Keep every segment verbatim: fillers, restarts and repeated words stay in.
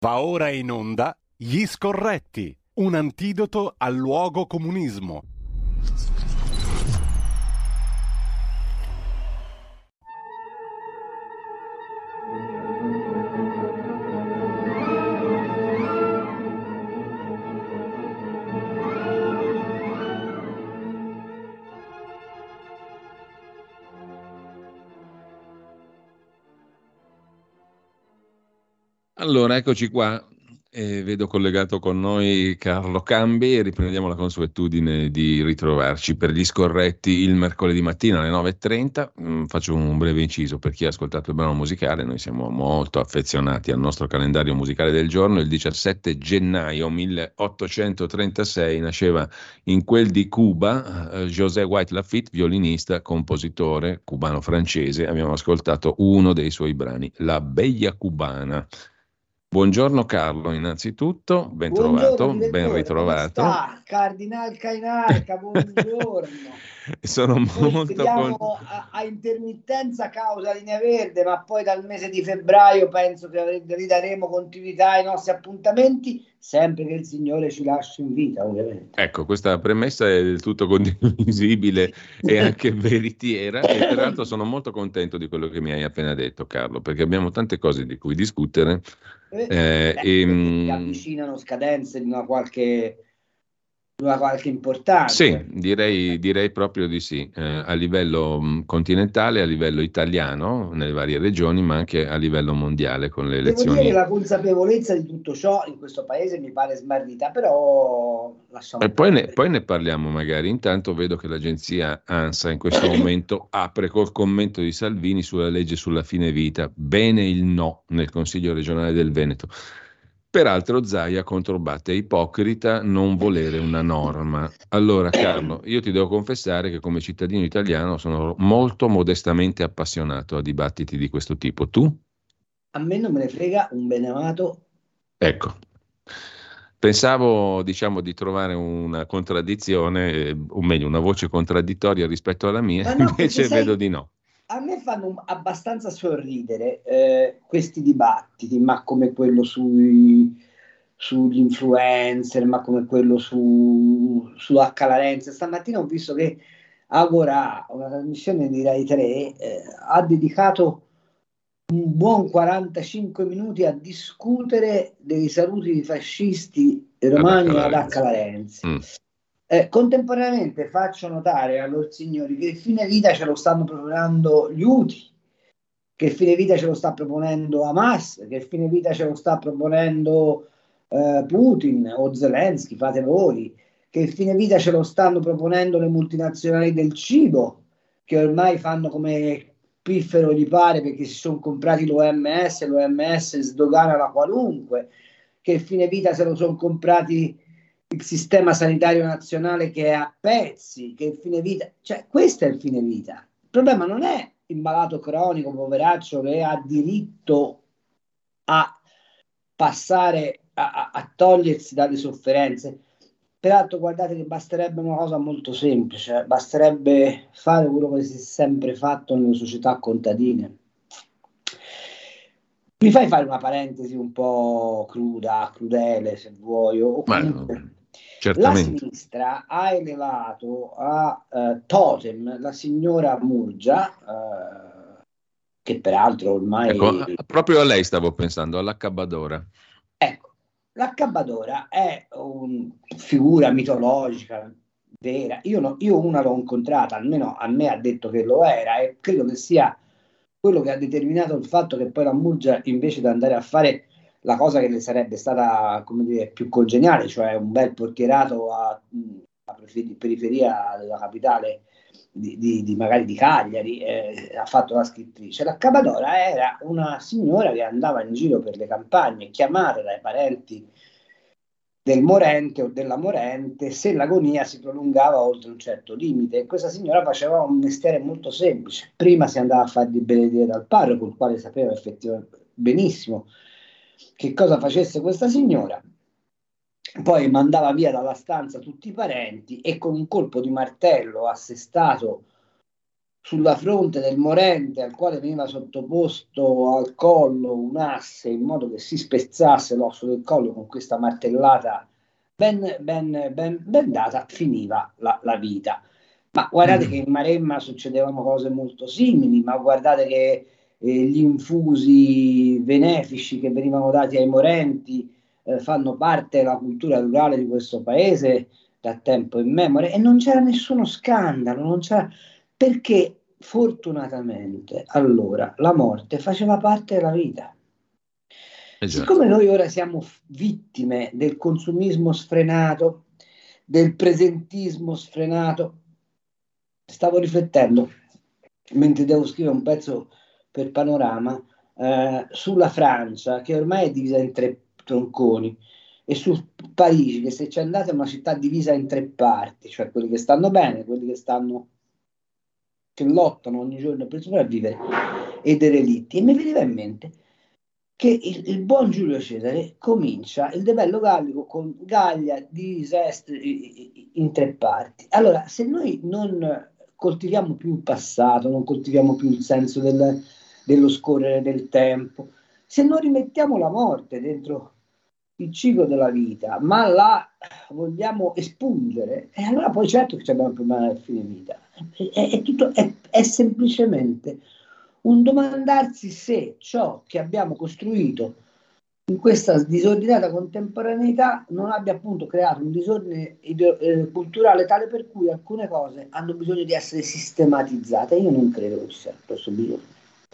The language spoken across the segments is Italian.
Va ora in onda Gli Scorretti, un antidoto al luogo comunismo. Allora, eccoci qua. Eh, vedo collegato con noi Carlo Cambi e riprendiamo la consuetudine di ritrovarci per gli scorretti il mercoledì mattina alle nove e trenta. Mm, faccio un breve inciso per chi ha ascoltato il brano musicale. Noi siamo molto affezionati al nostro calendario musicale del giorno. Il diciassette gennaio milleottocentotrentasei nasceva in quel di Cuba eh, José White Lafitte, violinista, compositore cubano-francese. Abbiamo ascoltato uno dei suoi brani, La Bella Cubana. Buongiorno Carlo, innanzitutto, ben Buongiorno trovato, ben direttore, come ritrovato. sta? Cardinal Cainarca, buongiorno. Sono Noi molto speriamo contento. a, a intermittenza causa linea verde, ma poi dal mese di febbraio penso che ridaremo continuità ai nostri appuntamenti, sempre che il Signore ci lasci in vita, ovviamente. Ecco, questa premessa è del tutto condivisibile e anche veritiera e peraltro sono molto contento di quello che mi hai appena detto, Carlo, perché abbiamo tante cose di cui discutere. Eh, Eh, eh, e, perché si mh, avvicinano scadenze di una qualche, di una qualche Sì, importanza. direi, direi proprio di sì, eh, a livello mh, continentale, a livello italiano, nelle varie regioni, ma anche a livello mondiale con le Devo dire che elezioni. la consapevolezza di tutto ciò in questo paese mi pare smarrita, però lasciamo E poi ne, perdere. poi ne parliamo magari. Intanto vedo che l'agenzia ANSA in questo momento apre col commento di Salvini sulla legge sulla fine vita. Bene il no nel Consiglio regionale del Veneto. Peraltro Zaia controbatte, è ipocrita non volere una norma. Allora Carlo, io ti devo confessare che come cittadino italiano sono molto modestamente appassionato a dibattiti di questo tipo. Tu? A me non me ne frega un beneamato. Ecco. Pensavo, diciamo, di trovare una contraddizione, eh, o meglio, una voce contraddittoria rispetto alla mia, Ma no, perché invece vedo sai, di no. a me fanno un- abbastanza sorridere eh, questi dibattiti, ma come quello sui, sugli influencer, ma come quello su, su H. Larenze. Stamattina ho visto che Agora, una trasmissione di Rai tre, eh, ha dedicato un buon quarantacinque minuti a discutere dei saluti fascisti Ad H. romani ad H. Larenze. Larenzi. Mm. Eh, contemporaneamente faccio notare a loro signori che il fine vita ce lo stanno proponendo gli Houthi, che il fine vita ce lo sta proponendo Hamas, che il fine vita ce lo sta proponendo eh, Putin o Zelensky, fate voi, che il fine vita ce lo stanno proponendo le multinazionali del cibo, che ormai fanno come piffero gli pare perché si sono comprati l'O M S, l'O M S sdogana la qualunque, che il fine vita se lo sono comprati il sistema sanitario nazionale che è a pezzi, che il fine vita, cioè questo è il fine vita. Il problema non è il malato cronico, poveraccio, che ha diritto a passare, a, a, a togliersi dalle sofferenze. Peraltro, guardate che basterebbe una cosa molto semplice, basterebbe fare quello che si è sempre fatto nelle società contadine. Mi fai fare una parentesi un po' cruda, crudele, se vuoi, o Ma comunque la certamente. sinistra ha elevato a eh, totem la signora Murgia, eh, che peraltro Ecco, ormai... a- proprio a lei stavo pensando, all'Accabadora. Ecco, l'accabadora è una figura mitologica, vera. Io, no- io una l'ho incontrata, almeno a me ha detto che lo era, e credo che sia quello che ha determinato il fatto che poi la Murgia, invece di andare a fare la cosa che le sarebbe stata, come dire, più congeniale, cioè un bel portierato a, a periferia della capitale di, di, di magari di Cagliari, eh, ha fatto la scrittrice. La Cabadora era una signora che andava in giro per le campagne, chiamata dai parenti del morente o della morente se l'agonia si prolungava oltre un certo limite. E questa signora faceva un mestiere molto semplice. Prima si andava a fargli benedire dal parroco, il quale sapeva effettivamente benissimo che cosa facesse questa signora. Poi mandava via dalla stanza tutti i parenti e con un colpo di martello assestato sulla fronte del morente, al quale veniva sottoposto al collo un asse in modo che si spezzasse l'osso del collo con questa martellata ben, ben, ben, ben data, finiva la, la vita. Ma guardate che in Maremma succedevano cose molto simili, ma guardate che eh, gli infusi benefici che venivano dati ai morenti eh, fanno parte della cultura rurale di questo paese da tempo in memoria, e non c'era nessuno scandalo, non c'era, perché fortunatamente allora la morte faceva parte della vita. Eh già. Siccome noi ora siamo f- vittime del consumismo sfrenato, del presentismo sfrenato, stavo riflettendo mentre devo scrivere un pezzo per Panorama eh, sulla Francia, che ormai è divisa in tre tronconi, e su Parigi, che se ci andate è una città divisa in tre parti, cioè quelli che stanno bene, quelli che stanno che lottano ogni giorno per sopravvivere, e dei relitti. E mi veniva in mente che il, il buon Giulio Cesare comincia il De Bello Gallico con Gallia divisa est in tre parti. Allora, se noi non coltiviamo più il passato, non coltiviamo più il senso del, dello scorrere del tempo, se non rimettiamo la morte dentro il ciclo della vita, ma la vogliamo espungere, e allora poi certo che abbiamo il problema del fine vita. È, è, tutto, è, è semplicemente un domandarsi se ciò che abbiamo costruito in questa disordinata contemporaneità non abbia appunto creato un disordine ideo- eh, culturale tale per cui alcune cose hanno bisogno di essere sistematizzate. Io non credo che ci sia questo bisogno.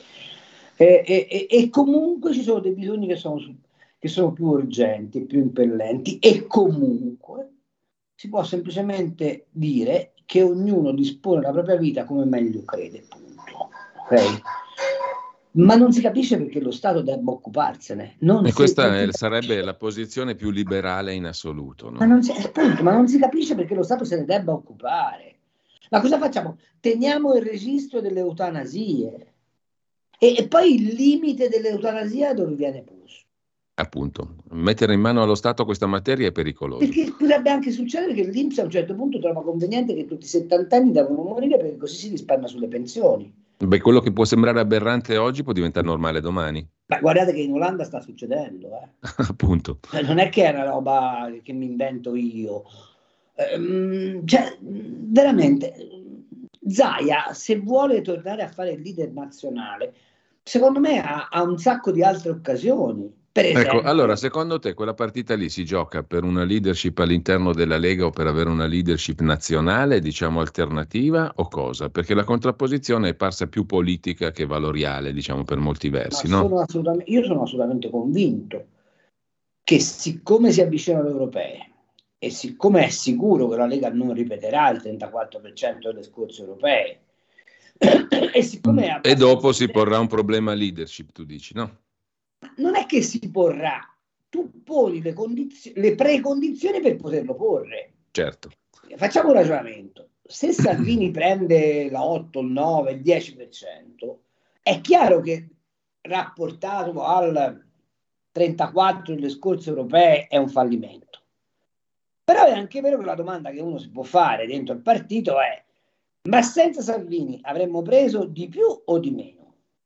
E, e, e comunque ci sono dei bisogni che sono, che sono più urgenti, più impellenti, e comunque si può semplicemente dire che ognuno dispone della propria vita come meglio crede, punto. Ok? Ma non si capisce perché lo Stato debba occuparsene. Non E si, questa non si è- sarebbe capisce. la posizione più liberale in assoluto, Ma no? non si, appunto, ma non si capisce perché lo Stato se ne debba occupare. Ma cosa facciamo? Teniamo il registro delle eutanasie. E, e poi il limite dell'eutanasia dove viene posto? Appunto, mettere in mano allo Stato questa materia è pericoloso. Perché potrebbe anche succedere che l'I N P S a un certo punto trova conveniente che tutti i settanta anni devono morire perché così si risparmia sulle pensioni. Beh, quello che può sembrare aberrante oggi può diventare normale domani. Ma guardate che in Olanda sta succedendo, eh. Appunto. Cioè, non è che è una roba che mi invento io. Ehm, cioè, veramente, Zaia, se vuole tornare a fare il leader nazionale, secondo me ha, ha un sacco di altre occasioni. Per Ecco, allora, esempio, secondo te quella partita lì si gioca per una leadership all'interno della Lega o per avere una leadership nazionale, diciamo alternativa, o cosa? Perché la contrapposizione è parsa più politica che valoriale, diciamo, per molti ma versi, no? sono assolutamente, io sono assolutamente convinto che siccome si avvicinano le europee e siccome è sicuro che la Lega non ripeterà il trentaquattro per cento delle scorse europee, e siccome è E abbastanza dopo si evidente, porrà un problema leadership, tu dici, no? non è che si porrà, tu poni le, condizio- le precondizioni per poterlo porre. Certo. Facciamo un ragionamento. Se Salvini prende la otto, il nove, il dieci per cento, è chiaro che rapportato al trentaquattro delle scorse europee è un fallimento. Però è anche vero che la domanda che uno si può fare dentro il partito è: ma senza Salvini avremmo preso di più o di meno?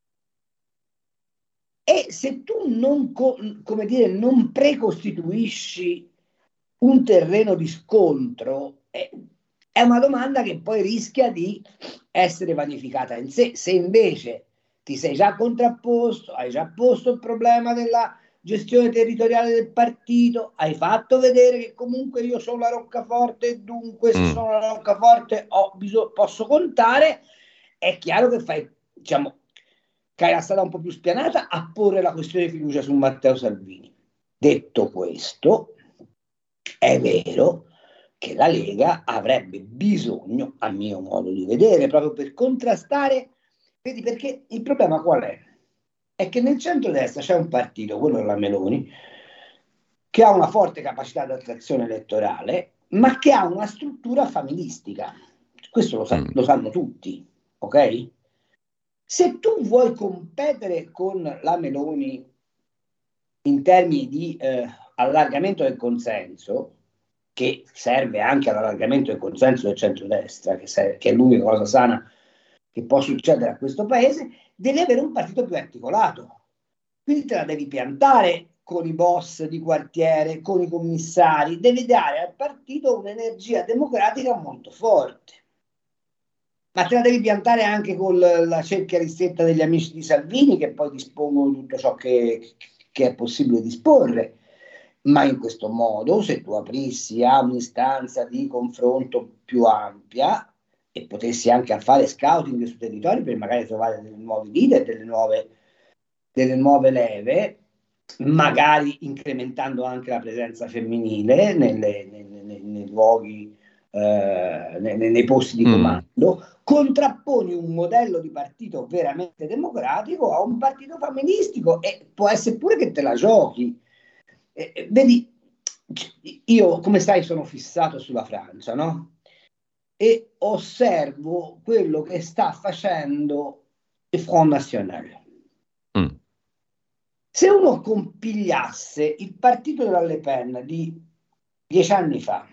E se tu non, come dire, non precostituisci un terreno di scontro, eh, è una domanda che poi rischia di essere vanificata in sé. Se invece ti sei già contrapposto, hai già posto il problema della gestione territoriale del partito, hai fatto vedere che comunque io sono la roccaforte e dunque se Mm. sono la roccaforte ho bisog- posso contare, è chiaro che fai, diciamo, che hai la strada un po' più spianata a porre la questione di fiducia su Matteo Salvini. Detto questo, è vero che la Lega avrebbe bisogno, a mio modo di vedere, proprio per contrastare, vedi, perché il problema qual è? È che nel centrodestra c'è un partito, quello della Meloni, che ha una forte capacità di attrazione elettorale, ma che ha una struttura familistica. Questo lo, sa- Mm. lo sanno tutti, ok? Se tu vuoi competere con la Meloni in termini di eh, allargamento del consenso, che serve anche all'allargamento del consenso del centrodestra, che, serve, che è l'unica cosa sana che può succedere a questo paese, devi avere un partito più articolato. Quindi te la devi piantare con i boss di quartiere, con i commissari, devi dare al partito un'energia democratica molto forte. Ma te la devi piantare anche con la cerchia ristretta degli amici di Salvini, che poi dispongono di tutto ciò che, che è possibile disporre. Ma in questo modo, se tu aprissi a un'istanza di confronto più ampia e potessi anche fare scouting sui territori per magari trovare dei nuovi leader, delle nuove, delle nuove leve, magari incrementando anche la presenza femminile nelle, nei, nei, nei luoghi, eh, nei, nei posti di comando, mm. contrapponi un modello di partito veramente democratico a un partito femministico, e può essere pure che te la giochi. Eh, vedi, io come sai sono fissato sulla Francia, no? E osservo quello che sta facendo il Front National. Mm. Se uno compigliasse il partito della Le Pen di dieci anni fa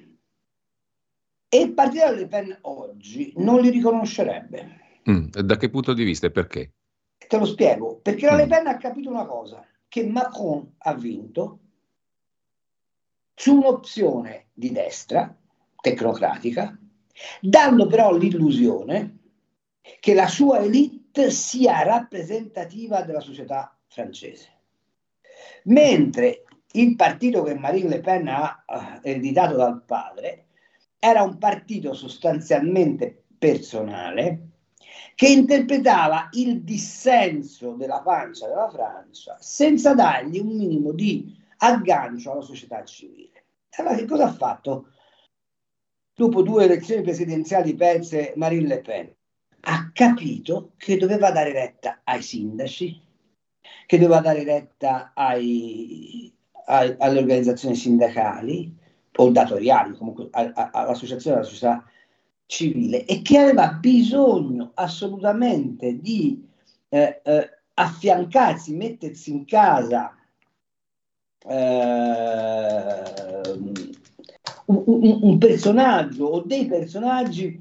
e il partito della Le Pen oggi, non li riconoscerebbe. Mm. Da che punto di vista e perché? Te lo spiego. Perché la mm. Le Pen ha capito una cosa, che Macron ha vinto su un'opzione di destra, tecnocratica, dando però l'illusione che la sua elite sia rappresentativa della società francese. Mentre il partito che Marine Le Pen ha ereditato dal padre era un partito sostanzialmente personale che interpretava il dissenso della pancia della Francia senza dargli un minimo di aggancio alla società civile. Allora che cosa ha fatto? Dopo due elezioni presidenziali perse Marine Le Pen, ha capito che doveva dare retta ai sindaci, che doveva dare retta ai, ai, alle organizzazioni sindacali o datoriali, comunque a, a, all'associazione della società civile, e che aveva bisogno assolutamente di eh, eh, affiancarsi, mettersi in casa eh, un, un, un personaggio o dei personaggi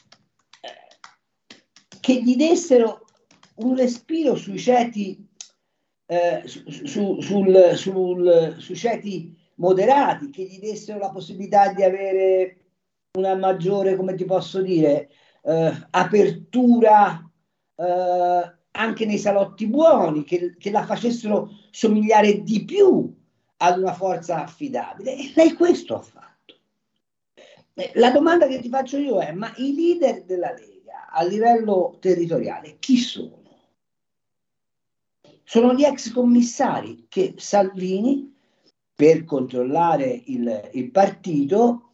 che gli dessero un respiro sui ceti eh, su, su, sul, sul, sui ceti moderati, che gli dessero la possibilità di avere una maggiore, come ti posso dire, eh, apertura eh, anche nei salotti buoni, che, che la facessero somigliare di più ad una forza affidabile. E lei questo ha fatto. La domanda che ti faccio io è: ma i leader della Lega a livello territoriale chi sono? Sono gli ex commissari che Salvini, per controllare il, il partito,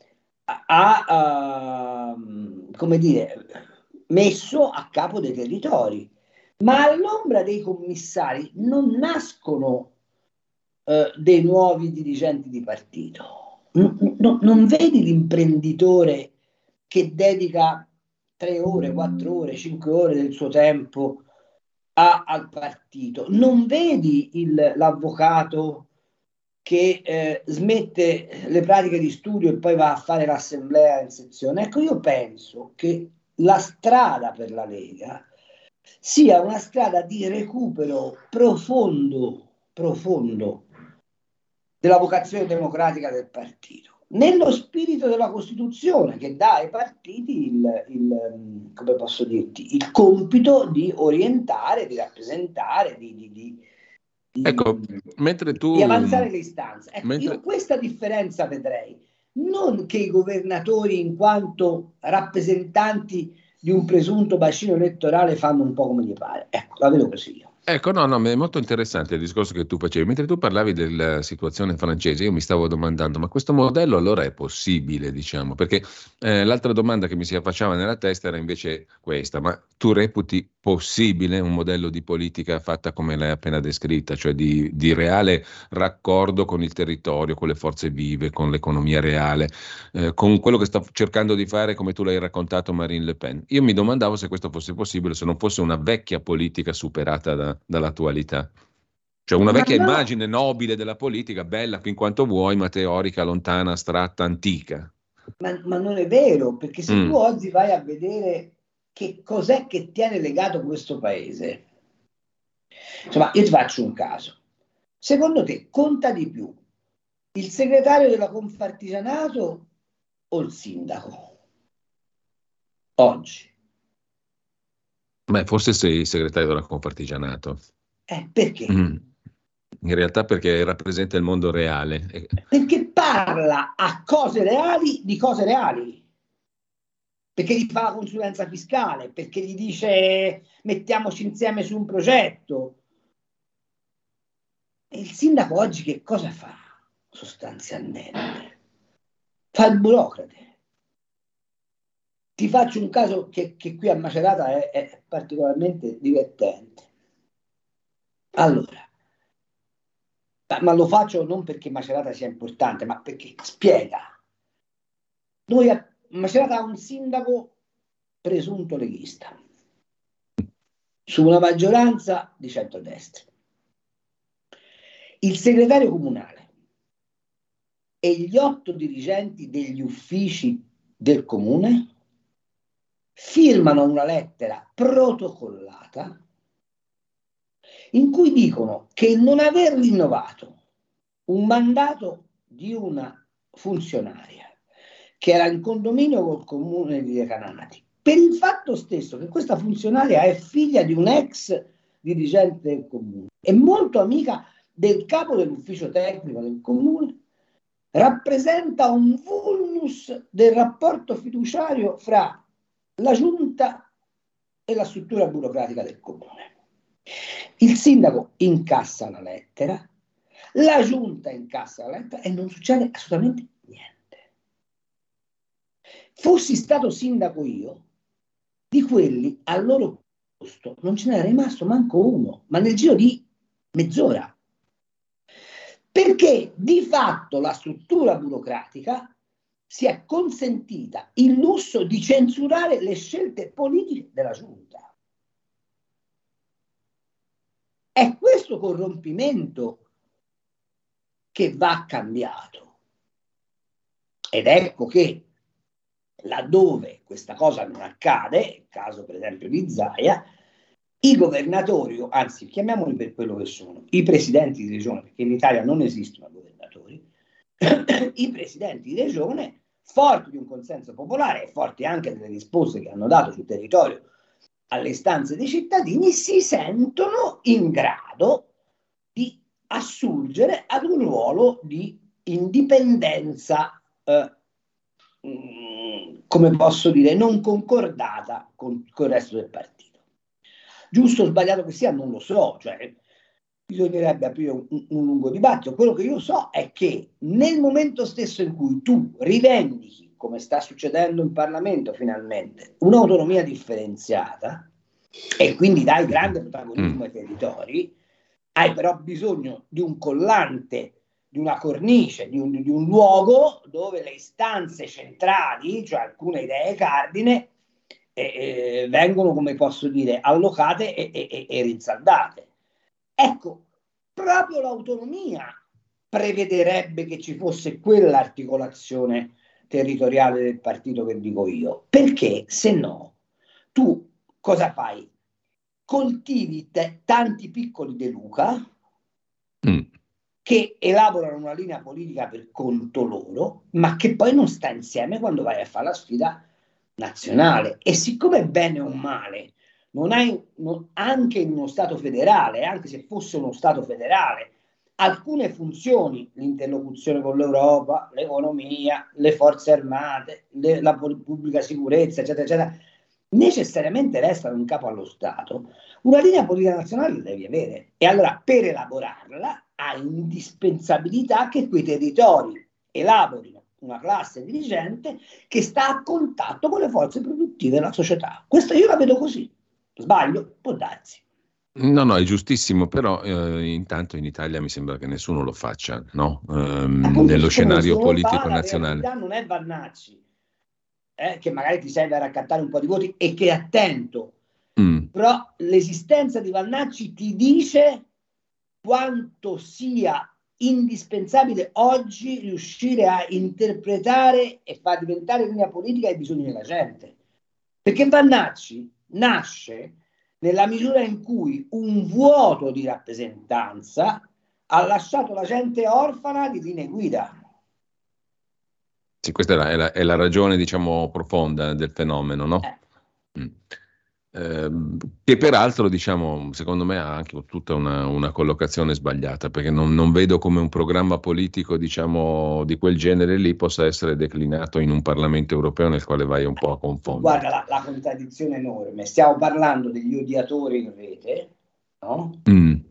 ha uh, come dire, messo a capo dei territori. Ma all'ombra dei commissari non nascono uh, dei nuovi dirigenti di partito. No, no, non vedi l'imprenditore che dedica tre ore, quattro ore, cinque ore del suo tempo a, al partito. Non vedi il, l'avvocato che eh, smette le pratiche di studio e poi va a fare l'assemblea in sezione. Ecco, io penso che la strada per la Lega sia una strada di recupero profondo, profondo della vocazione democratica del partito, nello spirito della Costituzione, che dà ai partiti il, il, come posso dirti, il compito di orientare, di rappresentare, di, di, di, ecco, mentre tu, di avanzare le istanze. Ecco, mentre... io questa differenza vedrei, non che i governatori, in quanto rappresentanti di un presunto bacino elettorale, fanno un po' come gli pare. Ecco, la vedo così io. Ecco, no, no, è molto interessante il discorso che tu facevi. Mentre tu parlavi della situazione francese, io mi stavo domandando, ma questo modello allora è possibile, diciamo? Perché eh, l'altra domanda che mi si affacciava nella testa era invece questa: ma tu reputi possibile un modello di politica fatta come l'hai appena descritta, cioè di, di reale raccordo con il territorio, con le forze vive, con l'economia reale, eh, con quello che sta cercando di fare, come tu l'hai raccontato, Marine Le Pen? Io mi domandavo se questo fosse possibile, se non fosse una vecchia politica superata da dall'attualità, cioè una vecchia no. immagine nobile della politica, bella fin quanto vuoi, ma teorica, lontana, astratta, antica. Ma, ma non è vero, perché se mm. tu oggi vai a vedere che cos'è che tiene legato questo paese? Insomma, io ti faccio un caso. Secondo te conta di più il segretario della Confartigianato o il sindaco? Oggi. Beh, forse sei segretario della Confartigianato. Eh, perché? Mm. In realtà perché rappresenta il mondo reale. Perché parla a cose reali di cose reali. Perché gli fa la consulenza fiscale, perché gli dice mettiamoci insieme su un progetto. E il sindaco oggi che cosa fa sostanzialmente? Fa il burocrate. Ti faccio un caso che, che qui a Macerata è, è particolarmente divertente. Allora, ma lo faccio non perché Macerata sia importante, ma perché spiega. Noi a Macerata ha un sindaco presunto leghista su una maggioranza di centrodestra. Il segretario comunale e gli otto dirigenti degli uffici del comune firmano una lettera protocollata in cui dicono che non aver rinnovato un mandato di una funzionaria che era in condominio col comune di Recanati, per il fatto stesso che questa funzionaria è figlia di un ex dirigente del comune e molto amica del capo dell'ufficio tecnico del comune, rappresenta un vulnus del rapporto fiduciario fra la giunta e la struttura burocratica del comune. Il sindaco incassa la lettera, la giunta incassa la lettera e non succede assolutamente niente. Fossi stato sindaco io, di quelli al loro posto non ce n'era rimasto manco uno, ma nel giro di mezz'ora. Perché di fatto la struttura burocratica si è consentita il lusso di censurare le scelte politiche della giunta. È questo corrompimento che va cambiato. Ed ecco che laddove questa cosa non accade, il caso per esempio di Zaia, i governatori, anzi chiamiamoli per quello che sono, i presidenti di regione, perché in Italia non esistono governatori, i presidenti di regione, forti di un consenso popolare e forti anche delle risposte che hanno dato sul territorio alle istanze dei cittadini, si sentono in grado di assurgere ad un ruolo di indipendenza, eh, come posso dire, non concordata con, con il resto del partito. Giusto o sbagliato che sia, non lo so, cioè bisognerebbe aprire un, un lungo dibattito. Quello che io so è che nel momento stesso in cui tu rivendichi, come sta succedendo in Parlamento finalmente, un'autonomia differenziata e quindi dai grande protagonismo ai territori, hai però bisogno di un collante, di una cornice, di un, di un luogo dove le istanze centrali, cioè alcune idee cardine, eh, eh, vengono, come posso dire, allocate e, e, e rinsaldate. Ecco, proprio l'autonomia prevederebbe che ci fosse quell'articolazione territoriale del partito che dico io, perché se no tu cosa fai? Coltivi te, tanti piccoli De Luca mm. che elaborano una linea politica per conto loro, ma che poi non sta insieme quando vai a fare la sfida nazionale. E siccome bene o male non hai, non, anche in uno Stato federale, anche se fosse uno Stato federale, alcune funzioni, l'interlocuzione con l'Europa, l'economia, le forze armate, le, la pubblica sicurezza, eccetera, eccetera, necessariamente restano in capo allo Stato. Una linea politica nazionale la devi avere. E allora, per elaborarla, hai indispensabilità che quei territori elaborino una classe dirigente che sta a contatto con le forze produttive della società. Questo io la vedo così. Sbaglio? Può darsi. No, no, è giustissimo, però eh, intanto in Italia mi sembra che nessuno lo faccia, no? Ehm, Appunto, nello scenario politico fa, nazionale. La realtà non è Vannacci, eh, che magari ti serve a raccattare un po' di voti e che è attento, mm. però l'esistenza di Vannacci ti dice quanto sia indispensabile oggi riuscire a interpretare e far diventare linea politica i bisogni della gente. Perché Vannacci nasce nella misura in cui un vuoto di rappresentanza ha lasciato la gente orfana di linee guida. Sì, questa è la, è la- è la ragione, diciamo, profonda del fenomeno, no? Eh. Mm. Ehm, che peraltro, diciamo, secondo me ha anche tutta una, una collocazione sbagliata, perché non, non vedo come un programma politico, diciamo, di quel genere lì possa essere declinato in un Parlamento europeo nel quale vai un po' a confondere. Guarda la, la contraddizione enorme. Stiamo parlando degli odiatori in rete, no? Mm.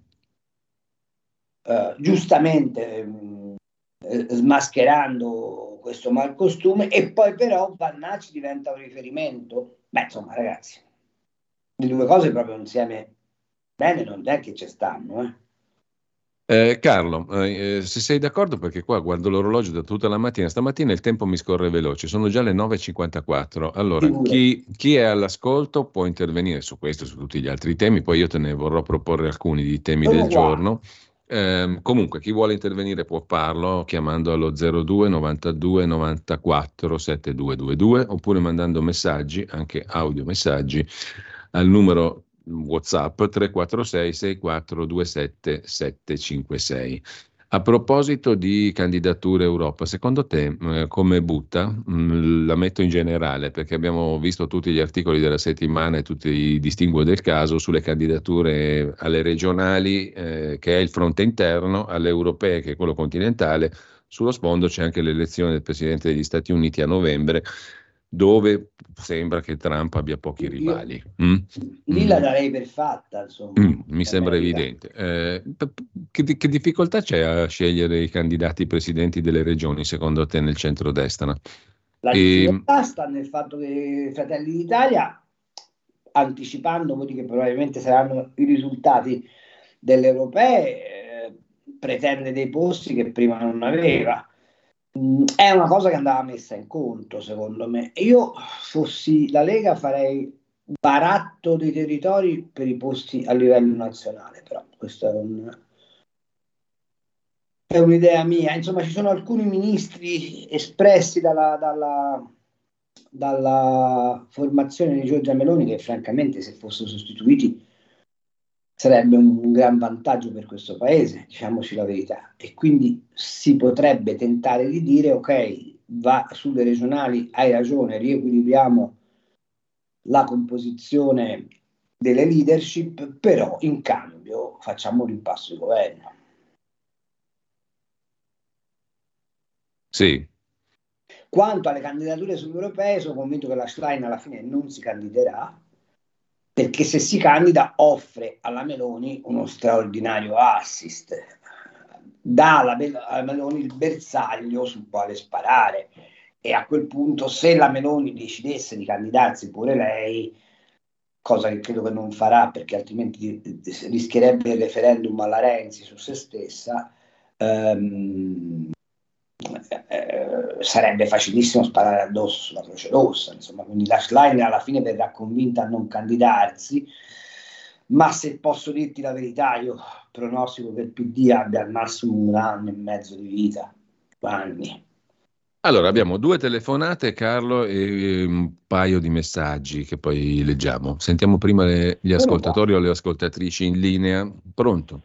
Eh, giustamente mh, eh, smascherando questo malcostume, e poi però Vannacci diventa un riferimento. Beh, insomma, ragazzi, le due cose proprio insieme bene non è che ci stanno, eh. Eh, Carlo, eh, eh, se sei d'accordo, perché qua guardo l'orologio da tutta la mattina, stamattina il tempo mi scorre veloce, sono già le nove e cinquantaquattro. Allora, Figurati. chi, chi è all'ascolto può intervenire su questo e su tutti gli altri temi, poi io te ne vorrò proporre alcuni di temi Sono del qua. giorno. Ehm, comunque, chi vuole intervenire può farlo chiamando allo zero due novantadue novantaquattro settantadue ventidue oppure mandando messaggi, anche audio messaggi, al numero WhatsApp tre quattro sei sei quattro due sette sette cinque sei. A proposito di candidature Europa, secondo te eh, come butta? Mm, la metto in generale perché abbiamo visto tutti gli articoli della settimana e tutti i distinguo del caso sulle candidature alle regionali, eh, che è il fronte interno, alle europee, che è quello continentale. Sullo sfondo c'è anche l'elezione del Presidente degli Stati Uniti a novembre, dove sembra che Trump abbia pochi Io rivali. Mm? lì Mm. la darei per fatta, insomma, Mm, mi in sembra America. evidente. Eh, p- p- che, di- che difficoltà c'è a scegliere i candidati presidenti delle regioni, secondo te, nel centrodestra? La E, difficoltà sta nel fatto che Fratelli d'Italia, anticipando quelli che probabilmente saranno i risultati delle europee, eh, pretende dei posti che prima non aveva. Mm, è una cosa che andava messa in conto, secondo me. Io, fossi la Lega, farei baratto dei territori per i posti a livello nazionale, però questo è un, è un'idea mia. Insomma, ci sono alcuni ministri espressi dalla, dalla, dalla formazione di Giorgia Meloni che, francamente, se fossero sostituiti, sarebbe un gran vantaggio per questo paese, diciamoci la verità. E quindi si potrebbe tentare di dire: ok, va sulle regionali, hai ragione, riequilibriamo la composizione delle leadership, però in cambio facciamo un rimpasso di governo. sì, Quanto alle candidature sull'europeo, sono convinto che la Schlein alla fine non si candiderà, perché se si candida offre alla Meloni uno straordinario assist, dà alla, alla Meloni il bersaglio sul quale sparare, e a quel punto, se la Meloni decidesse di candidarsi pure lei, cosa che credo che non farà perché altrimenti rischierebbe il referendum alla Renzi su se stessa, ehm, eh, sarebbe facilissimo sparare addosso sulla Croce Rossa, insomma. Quindi la Schlein alla fine verrà convinta a non candidarsi, ma se posso dirti la verità, io pronostico che il P D abbia al massimo un anno e mezzo di vita, due anni. allora abbiamo due telefonate, Carlo, e un paio di messaggi che poi leggiamo. Sentiamo prima le- gli Sono qua. ascoltatori o le ascoltatrici in linea. Pronto?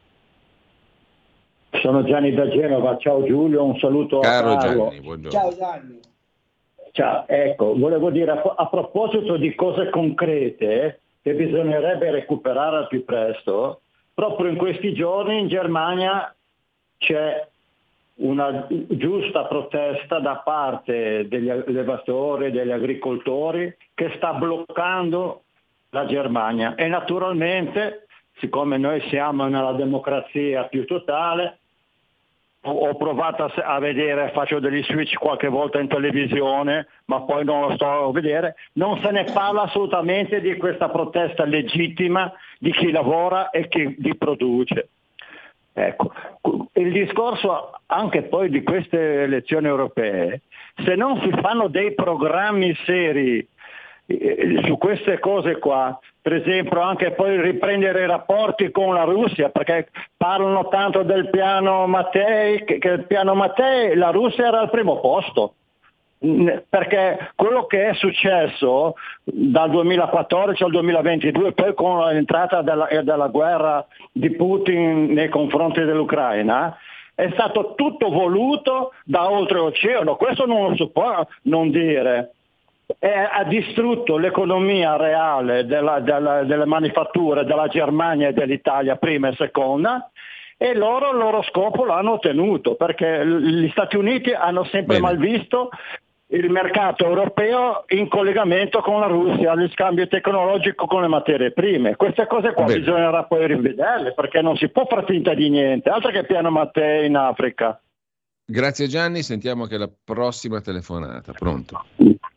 Sono Gianni da Genova, ciao Giulio, un saluto a Caro Carlo. Gianni, buongiorno. Ciao Gianni. Ciao, ecco, volevo dire a, a proposito di cose concrete che bisognerebbe recuperare al più presto, proprio in questi giorni in Germania c'è una giusta protesta da parte degli allevatori e degli agricoltori che sta bloccando la Germania e naturalmente, siccome noi siamo nella democrazia più totale, ho provato a, a vedere, faccio degli switch qualche volta in televisione, ma poi non lo sto a vedere, non se ne parla assolutamente di questa protesta legittima di chi lavora e chi li produce. Ecco, il discorso anche poi di queste elezioni europee, se non si fanno dei programmi seri eh, su queste cose qua, per esempio anche poi riprendere i rapporti con la Russia, perché parlano tanto del piano Mattei, che, che il piano Mattei, la Russia era al primo posto, perché quello che è successo dal duemilaquattordici al duemilaventidue, poi con l'entrata della, della guerra di Putin nei confronti dell'Ucraina, è stato tutto voluto da oltreoceano, questo non lo si può non dire. E ha distrutto l'economia reale della, della, delle manifatture della Germania e dell'Italia prima e seconda, e loro il loro scopo l'hanno ottenuto, perché gli Stati Uniti hanno sempre Bene. mal visto il mercato europeo in collegamento con la Russia, gli scambi tecnologico con le materie prime. Queste cose qua Bene. bisognerà poi rivederle, perché non si può far finta di niente, altro che piano Mattei in Africa. Grazie Gianni, sentiamo che la prossima telefonata. Pronto?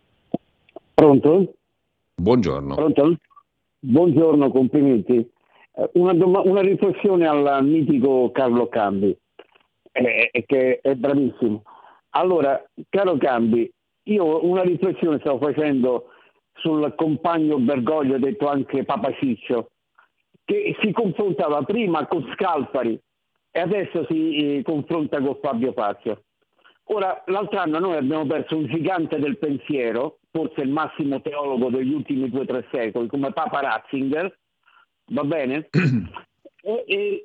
Pronto? Buongiorno. Pronto? Buongiorno, complimenti. Eh, Una, doma- una riflessione al mitico Carlo Cambi, eh, eh, che è bravissimo. Allora, caro Cambi, io una riflessione stavo facendo sul compagno Bergoglio, detto anche Papa Ciccio, che si confrontava prima con Scalfari e adesso si eh, confronta con Fabio Fazio. Ora, l'altro anno noi abbiamo perso un gigante del pensiero, forse il massimo teologo degli ultimi due o tre secoli, come Papa Ratzinger, va bene? e, e,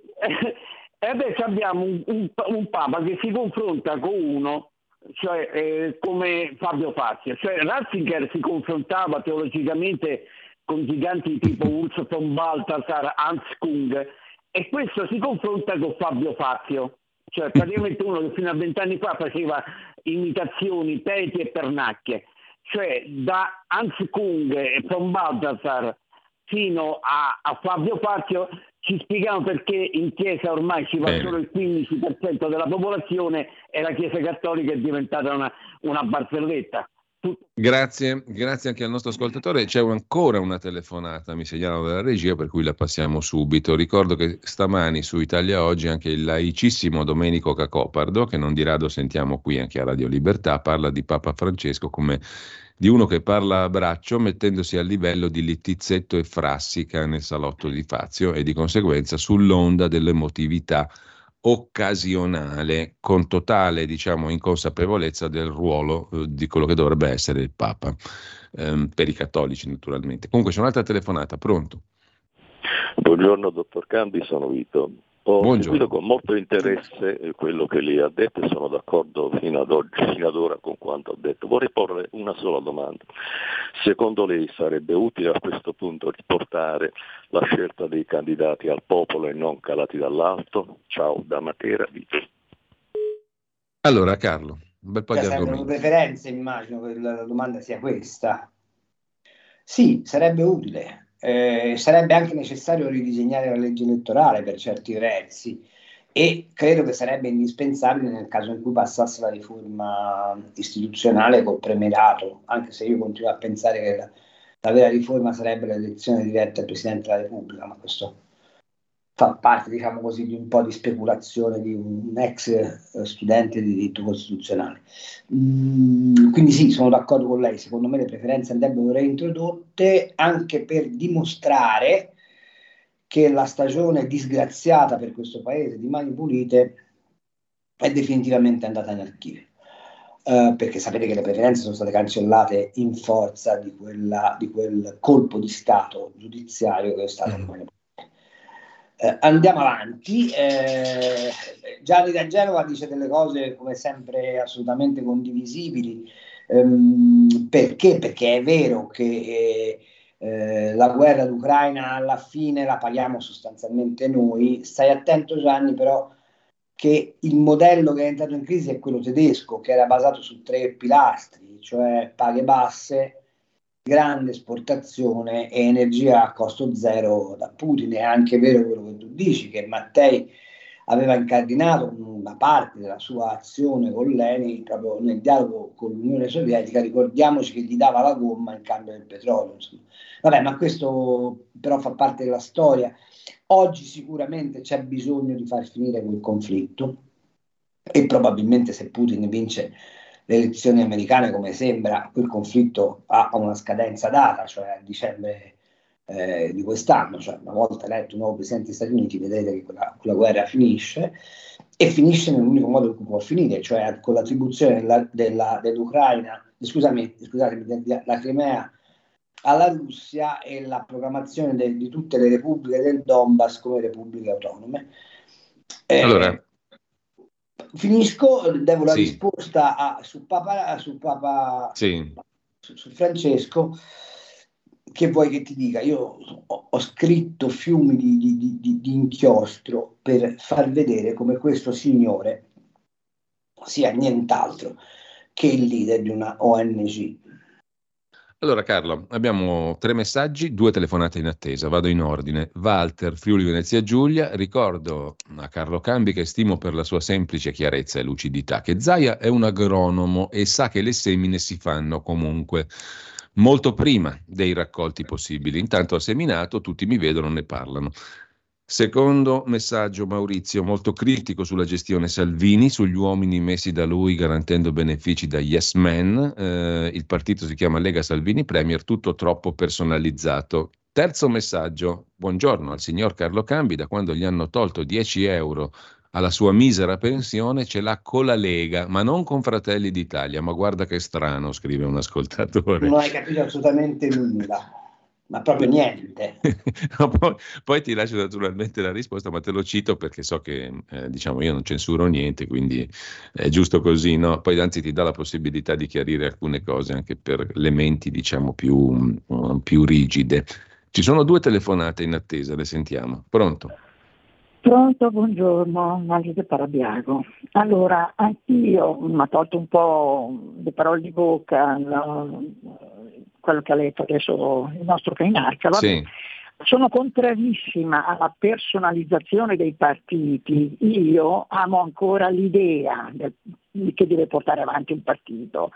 e adesso abbiamo un, un, un Papa che si confronta con uno, cioè eh, come Fabio Fazio. Cioè Ratzinger si confrontava teologicamente con giganti tipo Urs von Balthasar, Hans Kung, e questo si confronta con Fabio Fazio. Cioè praticamente uno che fino a vent'anni fa faceva imitazioni, peti e pernacchie, cioè da Hans Kung e von Balthasar fino a, a Fabio Fazio ci spiegano perché in Chiesa ormai ci va Bene. solo il quindici per cento della popolazione e la Chiesa Cattolica è diventata una, una barzelletta. Grazie, grazie anche al nostro ascoltatore. C'è ancora una telefonata, mi segnalano dalla regia, per cui la passiamo subito. Ricordo che stamani su Italia Oggi anche il laicissimo Domenico Cacopardo, che non di rado sentiamo qui anche a Radio Libertà, parla di Papa Francesco come di uno che parla a braccio, mettendosi a livello di Littizzetto e Frassica nel salotto di Fazio e di conseguenza sull'onda dell'emotività occasionale, con totale, diciamo, inconsapevolezza del ruolo eh, di quello che dovrebbe essere il Papa, ehm, per i cattolici naturalmente. Comunque c'è un'altra telefonata, pronto? Buongiorno dottor Cambi, sono Vito. Ho Buongiorno. seguito con molto interesse quello che lei ha detto e sono d'accordo fino ad oggi, fino ad ora con quanto ha detto. Vorrei porre una sola domanda. Secondo lei sarebbe utile a questo punto riportare la scelta dei candidati al popolo e non calati dall'alto? Ciao, da Matera, Vito. Allora Carlo, un bel po' Cioè, di servono argomenti. preferenze, immagino che la, la domanda sia questa. Sì, sarebbe utile. Eh, sarebbe anche necessario ridisegnare la legge elettorale per certi versi e credo che sarebbe indispensabile nel caso in cui passasse la riforma istituzionale col premierato, anche se io continuo a pensare che la, la vera riforma sarebbe l'elezione diretta del Presidente della Repubblica, ma questo fa parte, diciamo così, di un po' di speculazione di un ex eh, studente di diritto costituzionale. Mm, quindi sì, sono d'accordo con lei, secondo me le preferenze andrebbero reintrodotte anche per dimostrare che la stagione disgraziata per questo paese di Mani Pulite è definitivamente andata in archivio. Uh, perché sapete che le preferenze sono state cancellate in forza di, quella, di quel colpo di Stato giudiziario che è stato mm. Mani Pulite. Eh, andiamo avanti. Eh, Gianni da Genova dice delle cose come sempre assolutamente condivisibili. Ehm, perché? Perché è vero che eh, la guerra d'Ucraina alla fine la paghiamo sostanzialmente noi. Stai attento, Gianni, però, che il modello che è entrato in crisi è quello tedesco, che era basato su tre pilastri, cioè paghe basse, grande esportazione e energia a costo zero da Putin. È anche vero quello che tu dici, che Mattei aveva incardinato una parte della sua azione con Lenin proprio nel dialogo con l'Unione Sovietica. Ricordiamoci che gli dava la gomma in cambio del petrolio, insomma. Vabbè, ma questo però fa parte della storia. Oggi sicuramente c'è bisogno di far finire quel conflitto e probabilmente se Putin vince le elezioni americane, come sembra, quel conflitto ha una scadenza data, cioè a dicembre eh, di quest'anno, cioè una volta eletto un nuovo presidente degli Stati Uniti vedrete che quella, quella guerra finisce. e finisce nell'unico modo in cui può finire, cioè con l'attribuzione della, della, dell'Ucraina, scusami, scusatemi, della Crimea alla Russia e la proclamazione de, di tutte le repubbliche del Donbass come repubbliche autonome. Eh, allora, finisco, devo la sì. risposta a, su Papa, su, Papa sì. su, su Francesco. Che vuoi che ti dica? Io ho, ho scritto fiumi di, di, di, di inchiostro per far vedere come questo signore sia nient'altro che il leader di una O N G. Allora Carlo, abbiamo tre messaggi, due telefonate in attesa, vado in ordine. Walter, Friuli Venezia Giulia, ricordo a Carlo Cambi che stimo per la sua semplice chiarezza e lucidità che Zaia è un agronomo e sa che le semine si fanno comunque molto prima dei raccolti possibili. Intanto al seminato tutti mi vedono, ne parlano. Secondo messaggio, Maurizio, molto critico sulla gestione Salvini, sugli uomini messi da lui garantendo benefici da yes man. Eh, il partito si chiama Lega Salvini Premier, tutto troppo personalizzato. Terzo messaggio, buongiorno al signor Carlo Cambi, da quando gli hanno tolto dieci euro alla sua misera pensione ce l'ha con la Lega, ma non con Fratelli d'Italia. Ma guarda che strano, scrive un ascoltatore. Non hai capito assolutamente nulla. Ma proprio niente. No, poi, poi ti lascio naturalmente la risposta, ma te lo cito perché so che eh, diciamo io non censuro niente, quindi è giusto così, no? Poi anzi ti dà la possibilità di chiarire alcune cose anche per le menti diciamo più, uh, più rigide. Ci sono due telefonate in attesa, le sentiamo. Pronto? Pronto, buongiorno, Angelo Parabiago. Allora, anch'io mi ha tolto un po' le parole di bocca, no, quello che ha letto adesso il nostro Cainarca. Vabbè. Sì. Sono contrarissima alla personalizzazione dei partiti. Io amo ancora l'idea del, che deve portare avanti un partito.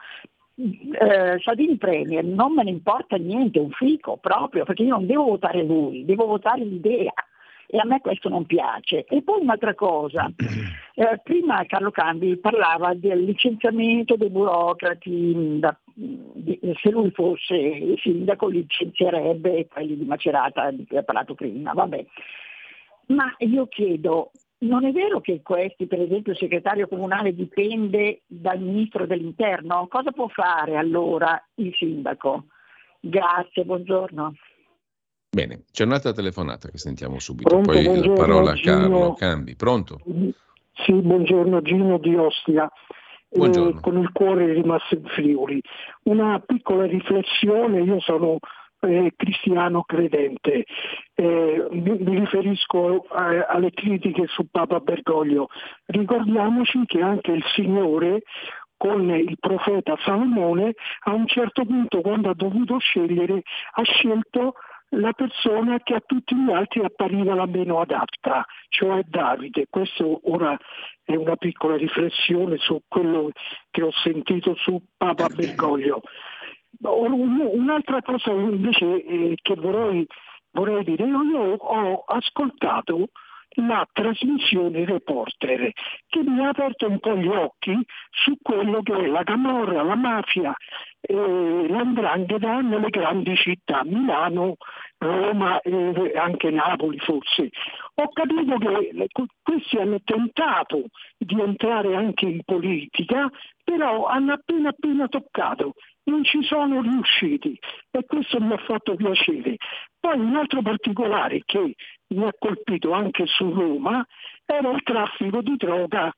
Eh, Salvini Premier non me ne importa niente, un fico proprio, perché io non devo votare lui, devo votare l'idea. E a me questo non piace. E poi un'altra cosa, eh, prima Carlo Cambi parlava del licenziamento dei burocrati, da, di, se lui fosse il sindaco licenzierebbe quelli di Macerata di cui ha parlato prima, vabbè. Ma io chiedo, non è vero che questi, per esempio il segretario comunale dipende dal ministro dell'interno? Cosa può fare allora il sindaco? Grazie, buongiorno. Bene, c'è un'altra telefonata che sentiamo subito, Pronto, poi la parola a Gino. Carlo Cambi. Pronto? Sì, buongiorno, Gino di Ostia, Buongiorno. Eh, con il cuore rimasto in Friuli. Una piccola riflessione, io sono eh, cristiano credente, eh, mi, mi riferisco a, alle critiche su Papa Bergoglio. Ricordiamoci che anche il Signore con il profeta Salomone a un certo punto, quando ha dovuto scegliere, ha scelto la persona che a tutti gli altri appariva la meno adatta, cioè Davide. Questo ora è una piccola riflessione su quello che ho sentito su Papa Bergoglio. Un'altra cosa invece eh, che vorrei, vorrei dire, io ho ascoltato la trasmissione Reporter che mi ha aperto un po' gli occhi su quello che è la camorra, la mafia, eh, l'andrangheta nelle grandi città, Milano, Roma e anche Napoli forse. Ho capito che questi hanno tentato di entrare anche in politica, però hanno appena appena toccato, non ci sono riusciti e questo mi ha fatto piacere. Poi un altro particolare che mi ha colpito anche su Roma era il traffico di droga,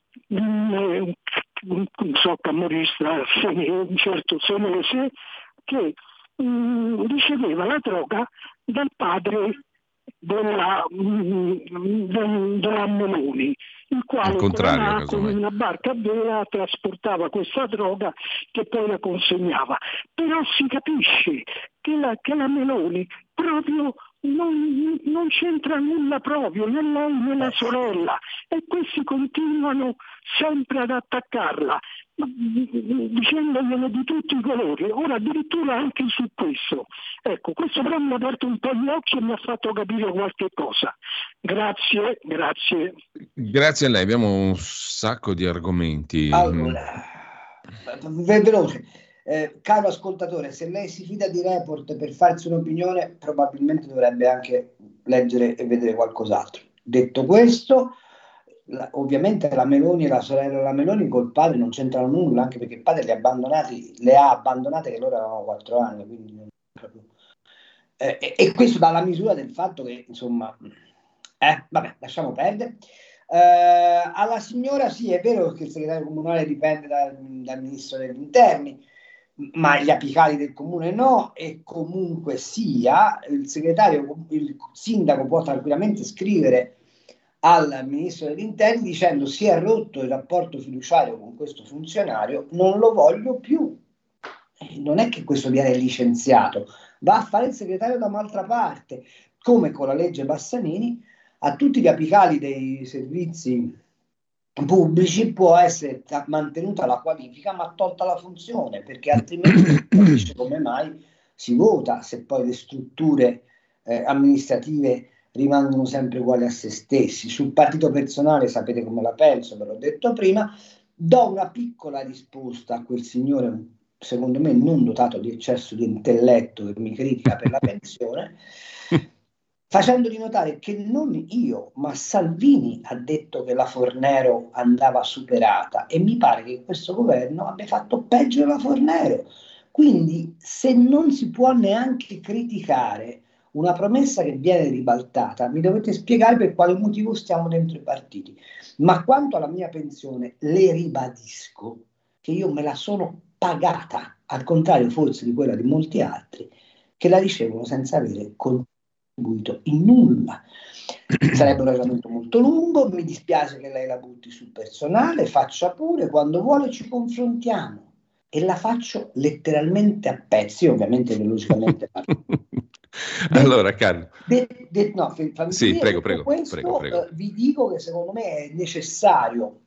un, un, un soccamorrista, un certo senese che um, riceveva la droga dal padre della, um, della Meloni, il quale contrario, con una barca a vela trasportava questa droga che poi la consegnava. Però si capisce che la, che la Meloni proprio non, non c'entra nulla proprio, né lei né la sorella, e questi continuano sempre ad attaccarla, dicendoglielo di tutti i colori, ora addirittura anche su questo. Ecco, questo però mi ha aperto un po' gli occhi e mi ha fatto capire qualche cosa. Grazie, grazie. Grazie a lei, abbiamo un sacco di argomenti. Allora, veloce. Eh, caro ascoltatore, se lei si fida di Report per farsi un'opinione, probabilmente dovrebbe anche leggere e vedere qualcos'altro. Detto questo, la, ovviamente la Meloni e la sorella della Meloni col padre non c'entrano nulla, anche perché il padre li ha abbandonati, le ha abbandonate che loro avevano quattro anni, quindi non proprio. Eh, e, e questo dà la misura del fatto che, insomma, eh, vabbè, lasciamo perdere. Eh, alla signora, sì, è vero che il segretario comunale dipende da, dal ministro degli interni, ma gli apicali del comune no, e comunque sia, il segretario, il sindaco può tranquillamente scrivere al ministro degli interni dicendo: si è rotto il rapporto fiduciario con questo funzionario, non lo voglio più. Eh, non è che questo viene licenziato, va a fare il segretario da un'altra parte, come con la legge Bassanini. A tutti gli apicali dei servizi pubblici può essere mantenuta la qualifica ma tolta la funzione, perché altrimenti non si capisce come mai si vota se poi le strutture eh, amministrative rimangono sempre uguali a se stessi. Sul partito personale sapete come la penso, ve l'ho detto prima. Do una piccola risposta a quel signore, secondo me non dotato di eccesso di intelletto, che mi critica per la pensione, facendogli notare che non io, ma Salvini ha detto che la Fornero andava superata, e mi pare che questo governo abbia fatto peggio della Fornero. Quindi, se non si può neanche criticare una promessa che viene ribaltata, mi dovete spiegare per quale motivo stiamo dentro i partiti. Ma quanto alla mia pensione, le ribadisco che io me la sono pagata, al contrario forse di quella di molti altri che la ricevono senza avere contribuito in nulla. Sarebbe un ragionamento molto lungo, mi dispiace che lei la butti sul personale, faccia pure, quando vuole ci confrontiamo, e la faccio letteralmente a pezzi, ovviamente velocamente parlo. Allora, Carlo. De, de, no, fammi sì, dire, prego, prego, questo, prego, prego. Eh, vi dico che secondo me è necessario,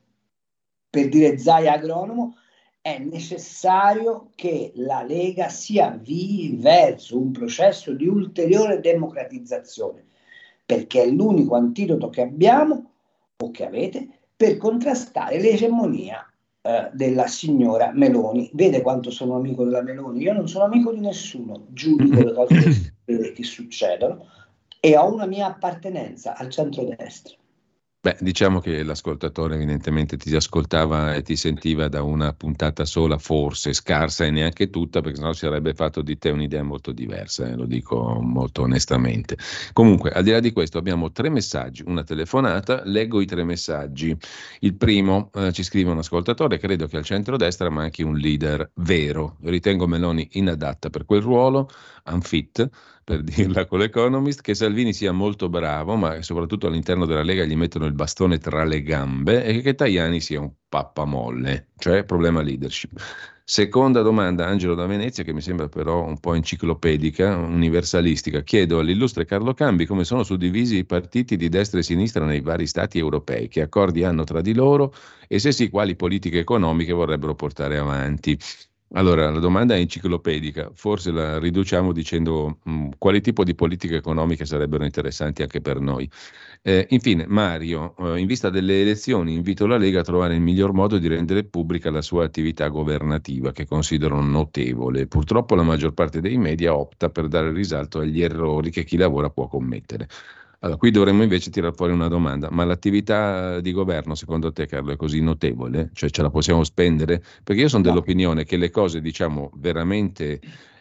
per dire Zaia agronomo, è necessario che la Lega si avvii verso un processo di ulteriore democratizzazione, perché è l'unico antidoto che abbiamo o che avete per contrastare l'egemonia eh, della signora Meloni. Vede quanto sono amico della Meloni? Io non sono amico di nessuno, giudico le cose che, che succedono e ho una mia appartenenza al centrodestra. Beh, diciamo che l'ascoltatore evidentemente ti ascoltava e ti sentiva da una puntata sola, forse scarsa e neanche tutta, perché sennò si sarebbe fatto di te un'idea molto diversa, eh, lo dico molto onestamente. Comunque, al di là di questo, abbiamo tre messaggi, una telefonata, leggo i tre messaggi. Il primo, eh, ci scrive un ascoltatore: credo che al centrodestra manchi un leader vero, ritengo Meloni inadatta per quel ruolo, unfit, per dirla con l'Economist, che Salvini sia molto bravo, ma soprattutto all'interno della Lega gli mettono il bastone tra le gambe, e che Tajani sia un pappamolle, cioè problema leadership. Seconda domanda, Angelo da Venezia, che mi sembra però un po' enciclopedica, universalistica. Chiedo all'illustre Carlo Cambi come sono suddivisi i partiti di destra e sinistra nei vari stati europei, che accordi hanno tra di loro e se sì, quali politiche economiche vorrebbero portare avanti. Allora, la domanda è enciclopedica, forse la riduciamo dicendo mh, quali tipo di politiche economiche sarebbero interessanti anche per noi. Eh, infine, Mario, eh, in vista delle elezioni invito la Lega a trovare il miglior modo di rendere pubblica la sua attività governativa, che considero notevole. Purtroppo la maggior parte dei media opta per dare risalto agli errori che chi lavora può commettere. Allora, qui dovremmo invece tirare fuori una domanda: ma l'attività di governo secondo te, Carlo, è così notevole? Cioè ce la possiamo spendere? Perché io sono dell'opinione che le cose, diciamo, veramente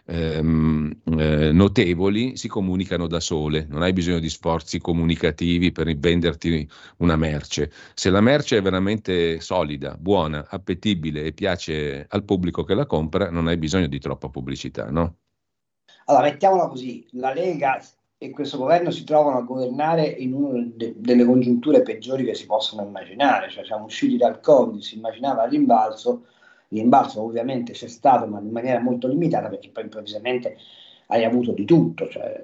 ehm, eh, notevoli si comunicano da sole, non hai bisogno di sforzi comunicativi per venderti una merce. Se la merce è veramente solida, buona, appetibile e piace al pubblico che la compra, non hai bisogno di troppa pubblicità, no? Allora, mettiamola così, la Lega e questo governo si trovano a governare in una de- delle congiunture peggiori che si possono immaginare, cioè siamo usciti dal Covid, si immaginava il rimbalzo, il rimbalzo ovviamente c'è stato, ma in maniera molto limitata, perché poi improvvisamente hai avuto di tutto, cioè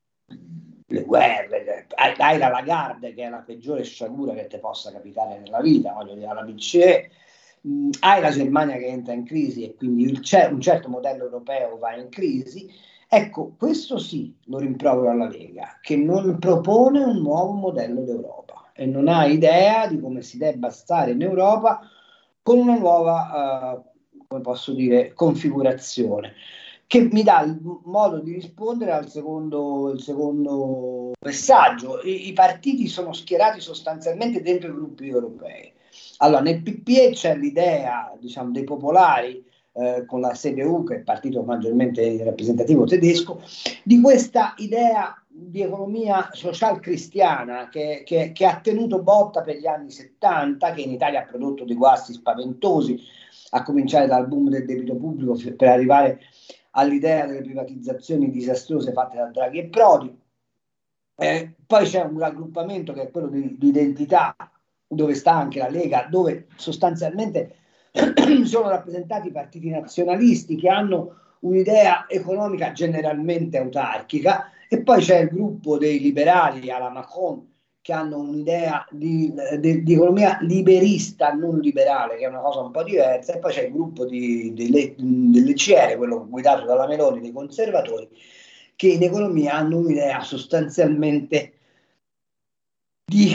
le guerre, hai, hai la Lagarde che è la peggiore sciagura che ti possa capitare nella vita, voglio dire, alla B C E, mh, hai la Germania che entra in crisi e quindi il, un certo modello europeo va in crisi. Ecco, questo sì, lo rimprovero alla Lega, che non propone un nuovo modello d'Europa e non ha idea di come si debba stare in Europa con una nuova, uh, come posso dire, configurazione. che mi dà il modo di rispondere al secondo, il secondo messaggio. I, I partiti sono schierati sostanzialmente dentro i gruppi europei. Allora, nel P P E c'è l'idea, diciamo, dei popolari, eh, con la C D U, che è il partito maggiormente rappresentativo tedesco, di questa idea di economia social cristiana che, che, che ha tenuto botta per gli anni settanta, che in Italia ha prodotto dei guasti spaventosi, a cominciare dal boom del debito pubblico per arrivare all'idea delle privatizzazioni disastrose fatte da Draghi e Prodi. Eh, poi c'è un raggruppamento che è quello di, di identità, dove sta anche la Lega, dove sostanzialmente sono rappresentati i partiti nazionalisti che hanno un'idea economica generalmente autarchica, e poi c'è il gruppo dei liberali alla Macron che hanno un'idea di, di, di economia liberista, non liberale, che è una cosa un po' diversa, e poi c'è il gruppo di, delle, dell'E C R, quello guidato dalla Meloni, dei conservatori, che in economia hanno un'idea sostanzialmente di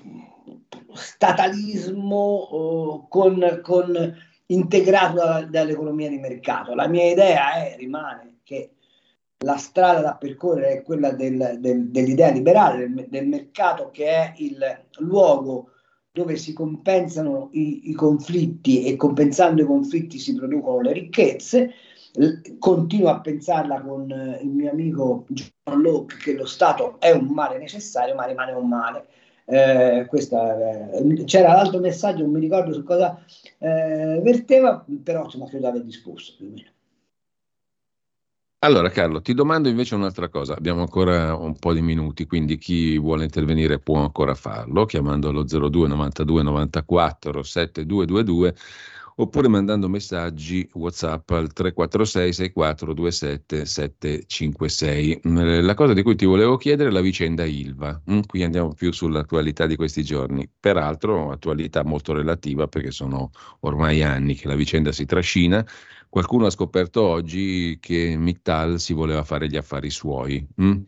statalismo eh, con, con integrato da, dall'economia di mercato. La mia idea è, rimane, che la strada da percorrere è quella del, del, dell'idea liberale, del, del mercato, che è il luogo dove si compensano i, i conflitti, e compensando i conflitti si producono le ricchezze. L- continuo a pensarla con eh, il mio amico John Locke, che lo Stato è un male necessario, ma rimane un male. Eh, questa, eh, c'era l'altro messaggio, non mi ricordo su cosa eh, verteva, però insomma credo di aver discusso più o meno. Allora Carlo, ti domando invece un'altra cosa, abbiamo ancora un po' di minuti, quindi chi vuole intervenire può ancora farlo, chiamando allo zero due novantadue novantaquattro settantadue ventidue oppure mandando messaggi WhatsApp al tre quattro sei sei quattro due sette sette cinque sei. La cosa di cui ti volevo chiedere è la vicenda Ilva, mm? Qui andiamo più sull'attualità di questi giorni, peraltro attualità molto relativa perché sono ormai anni che la vicenda si trascina. Qualcuno ha scoperto oggi che Mittal si voleva fare gli affari suoi. Mm?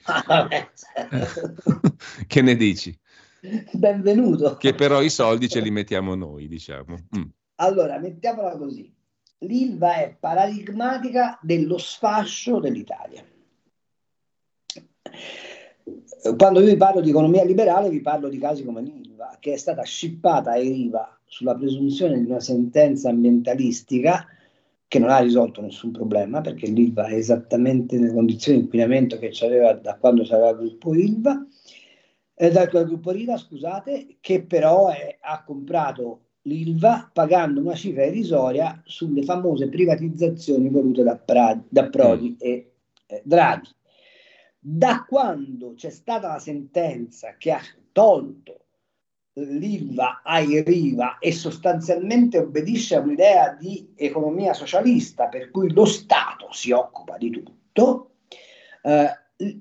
Che ne dici? Benvenuto. Che però i soldi ce li mettiamo noi, diciamo. Mm. Allora, mettiamola così. L'Ilva è paradigmatica dello sfascio dell'Italia. Quando io vi parlo di economia liberale, vi parlo di casi come l'Ilva, che è stata scippata ai Riva sulla presunzione di una sentenza ambientalistica che non ha risolto nessun problema, perché l'Ilva è esattamente nelle condizioni di inquinamento che c'aveva da quando c'aveva il gruppo Ilva, eh, dal gruppo Riva, scusate, che però è, ha comprato l'Ilva pagando una cifra irrisoria sulle famose privatizzazioni volute da, pra, da Prodi mm. e eh, Draghi. Da quando c'è stata la sentenza che ha tolto l'Ilva ai Riva e sostanzialmente obbedisce a un'idea di economia socialista per cui lo Stato si occupa di tutto, eh,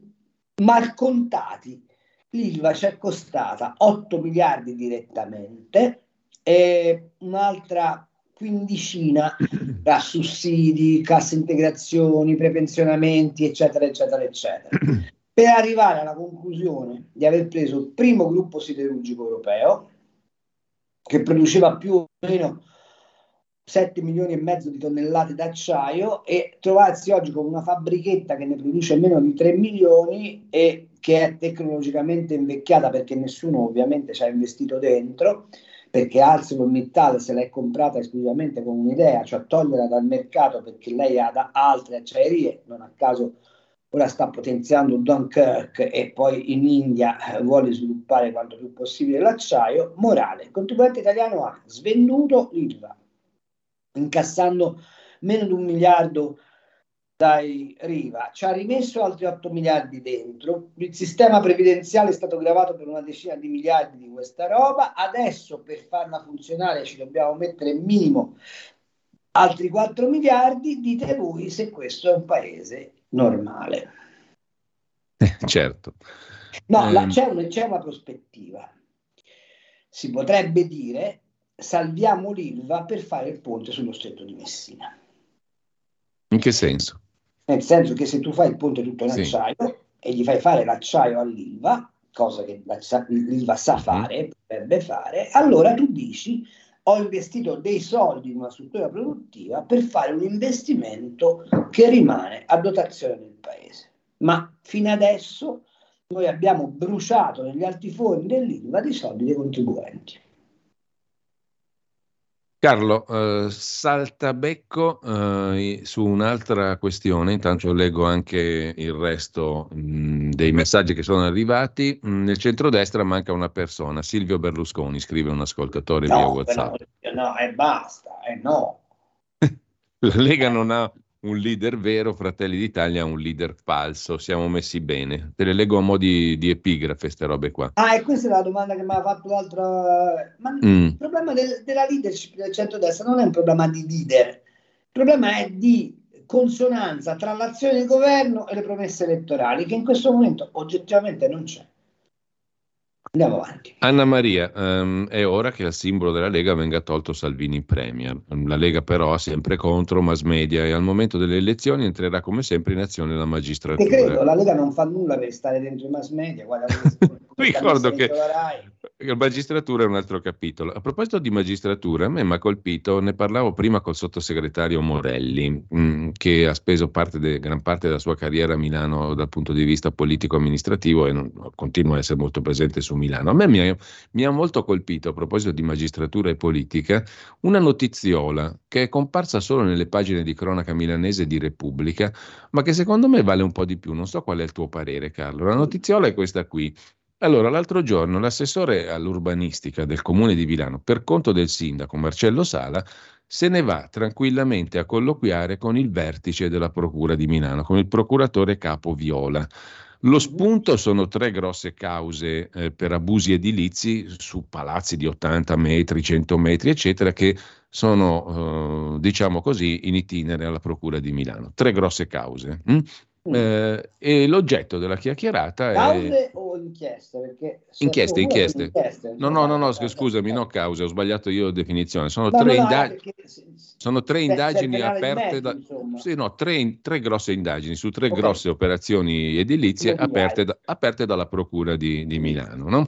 malcontati, l'Ilva ci è costata otto miliardi direttamente e un'altra quindicina tra sussidi, casse integrazioni, prepensionamenti, eccetera, eccetera, eccetera, per arrivare alla conclusione di aver preso il primo gruppo siderurgico europeo, che produceva più o meno sette milioni e mezzo di tonnellate d'acciaio, e trovarsi oggi con una fabbrichetta che ne produce meno di tre milioni e che è tecnologicamente invecchiata perché nessuno ovviamente ci ha investito dentro, perché ArcelorMittal se l'è comprata esclusivamente con un'idea, cioè toglierla dal mercato perché lei ha da altre acciaierie, non a caso ora sta potenziando Dunkirk e poi in India vuole sviluppare quanto più possibile l'acciaio. Morale, il contribuente italiano ha svenduto l'Ilva, incassando meno di un miliardo dai Riva, ci ha rimesso altri otto miliardi dentro, il sistema previdenziale è stato gravato per una decina di miliardi di questa roba, adesso per farla funzionare ci dobbiamo mettere minimo altri quattro miliardi, dite voi se questo è un paese normale. Eh, certo. No, eh. la, c'è, una, c'è una prospettiva. Si potrebbe dire salviamo l'Ilva per fare il ponte sullo stretto di Messina. In che senso? Nel senso che se tu fai il ponte tutto in sì. acciaio e gli fai fare l'acciaio all'Ilva, cosa che l'Ilva sa fare, potrebbe fare, allora tu dici ho investito dei soldi in una struttura produttiva per fare un investimento che rimane a dotazione del paese. Ma fino adesso noi abbiamo bruciato negli altiforni dell'I L V A dei soldi dei contribuenti. Carlo, eh, saltabecco eh, su un'altra questione, intanto leggo anche il resto mh, dei messaggi che sono arrivati. Mh, nel centrodestra manca una persona, Silvio Berlusconi, scrive un ascoltatore No, via WhatsApp. No, no, e basta, eh, no. La Lega non ha un leader vero, Fratelli d'Italia ha un leader falso, siamo messi bene. Te le leggo a mo' di, di epigrafe, ste robe qua. Ah, e questa è la domanda che mi ha fatto l'altro. Ma Mm. il problema del- della leadership del centrodestra non è un problema di leader, il problema è di consonanza tra l'azione di governo e le promesse elettorali, che in questo momento oggettivamente non c'è. Andiamo avanti. Anna Maria, ehm, è ora che al simbolo della Lega venga tolto Salvini Premier. La Lega però ha sempre contro mass media e al momento delle elezioni entrerà come sempre in azione la Te magistratura. credo, la Lega non fa nulla per stare dentro i mass media. Guarda, Ricordo che la Rai. la magistratura è un altro capitolo. A proposito di magistratura, a me mi ha colpito, ne parlavo prima col sottosegretario Morelli, mh, che ha speso parte de, gran parte della sua carriera a Milano dal punto di vista politico-amministrativo e non, continua a essere molto presente su Milano. A me mi ha, mi ha molto colpito, a proposito di magistratura e politica, una notiziola che è comparsa solo nelle pagine di cronaca milanese di Repubblica, ma che secondo me vale un po' di più. Non so qual è il tuo parere, Carlo. La notiziola è questa qui. Allora, l'altro giorno l'assessore all'urbanistica del comune di Milano, per conto del sindaco Marcello Sala, se ne va tranquillamente a colloquiare con il vertice della procura di Milano, con il procuratore capo Viola. Lo spunto sono tre grosse cause eh, per abusi edilizi su palazzi di ottanta metri, cento metri, eccetera, che sono, eh, diciamo così, in itinere alla procura di Milano. Tre grosse cause. Hm? Eh, e l'oggetto della chiacchierata è Cause o inchieste? Perché se inchieste, procura sono inchieste. inchieste, No, non no, so no, no, fare- sc- scusami, no cause, ho sbagliato io definizione. Sono No, tre, no, no, inda- eh, perché se- sono tre c'è- c'è il indagini penale in aperte mezzo, da insomma. sì, no, tre, tre grosse indagini su tre Ok. grosse operazioni edilizie Immobiliari. aperte, da- aperte dalla Procura di, di Milano, no?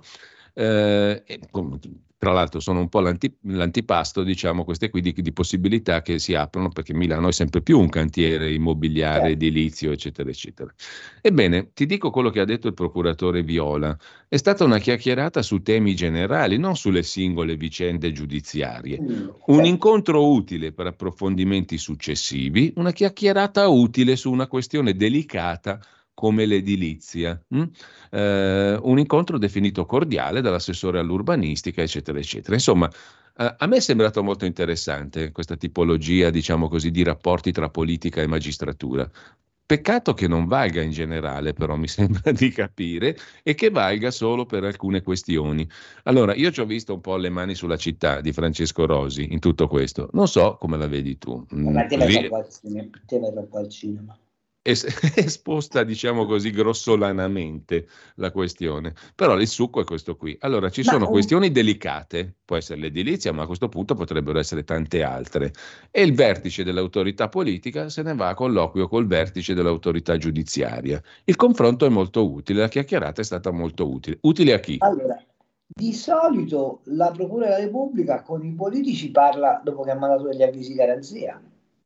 Eh, e com- tra l'altro sono un po' l'anti- l'antipasto, diciamo, queste qui di, di possibilità che si aprono perché Milano è sempre più un cantiere immobiliare, Certo. edilizio, eccetera, eccetera. Ebbene, ti dico quello che ha detto il procuratore Viola. È stata una chiacchierata su temi generali, non sulle singole vicende giudiziarie. Mm, Un certo. incontro utile per approfondimenti successivi, una chiacchierata utile su una questione delicata come l'edilizia. hm? Eh, un incontro definito cordiale dall'assessore all'urbanistica, eccetera, eccetera. Insomma, eh, a me è sembrato molto interessante questa tipologia, diciamo così, di rapporti tra politica e magistratura. Peccato che non valga in generale, però mi sembra di capire, e che valga solo per alcune questioni. Allora, io ci ho visto un po' le mani sulla città di Francesco Rosi in tutto questo. Non so come la vedi tu. Mm, Ma te vai ri- troppo al cinema. Te vai troppo al cinema. es- esposta, diciamo così, grossolanamente la questione. Però il succo è questo qui. Allora, ci Ma sono un- questioni delicate, può essere l'edilizia, ma a questo punto potrebbero essere tante altre. E il vertice dell'autorità politica se ne va a colloquio col vertice dell'autorità giudiziaria. Il confronto è molto utile, la chiacchierata è stata molto utile. Utile a chi? Allora, di solito la Procura della Repubblica con i politici parla dopo che ha mandato degli avvisi di garanzia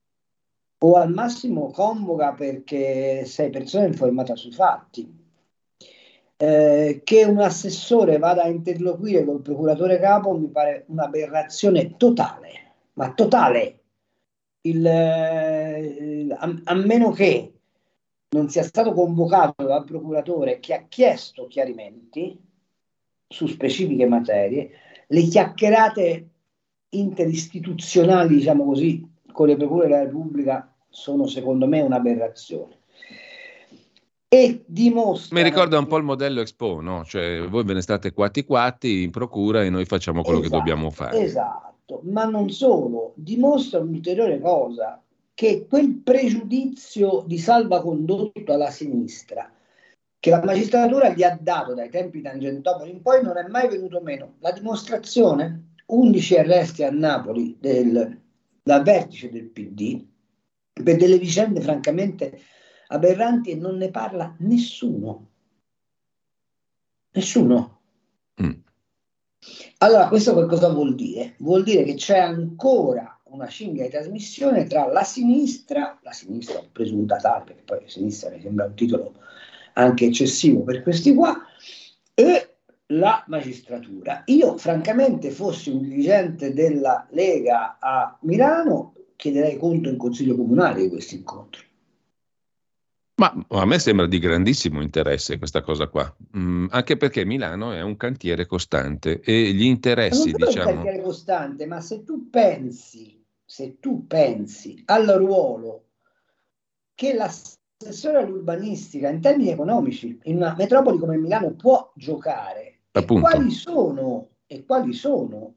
o al massimo convoca perché sei persona informata sui fatti. Eh, che un assessore vada a interloquire col procuratore capo mi pare un'aberrazione totale, ma totale. Il, eh, a, a meno che non sia stato convocato dal procuratore che ha chiesto chiarimenti su specifiche materie, le chiacchierate interistituzionali, diciamo così, con le procure della Repubblica sono secondo me un'aberrazione. E dimostrano... Mi ricorda un po' il modello Expo, no? Cioè voi ve ne state quatti quatti in procura e noi facciamo quello Esatto, che dobbiamo fare. Esatto, ma non solo, dimostra un'ulteriore cosa, che quel pregiudizio di salvacondotto alla sinistra che la magistratura gli ha dato dai tempi di Tangentopoli in poi non è mai venuto meno. La dimostrazione, undici arresti a Napoli del, dal vertice del P D per delle vicende francamente aberranti e non ne parla nessuno. Nessuno. Mm. Allora, questo che cosa vuol dire? Vuol dire che c'è ancora una cinghia di trasmissione tra la sinistra, la sinistra presunta tale, perché poi sinistra mi sembra un titolo anche eccessivo per questi qua, e la magistratura. Io francamente, fossi un dirigente della Lega a Milano, chiederei conto in Consiglio Comunale di questi incontri. Ma a me sembra di grandissimo interesse questa cosa qua, mm, anche perché Milano è un cantiere costante e gli interessi, non solo diciamo... un cantiere costante, ma se tu pensi, se tu pensi al ruolo che l'assessore all'urbanistica in termini economici in una metropoli come Milano può giocare, e quali sono, e quali sono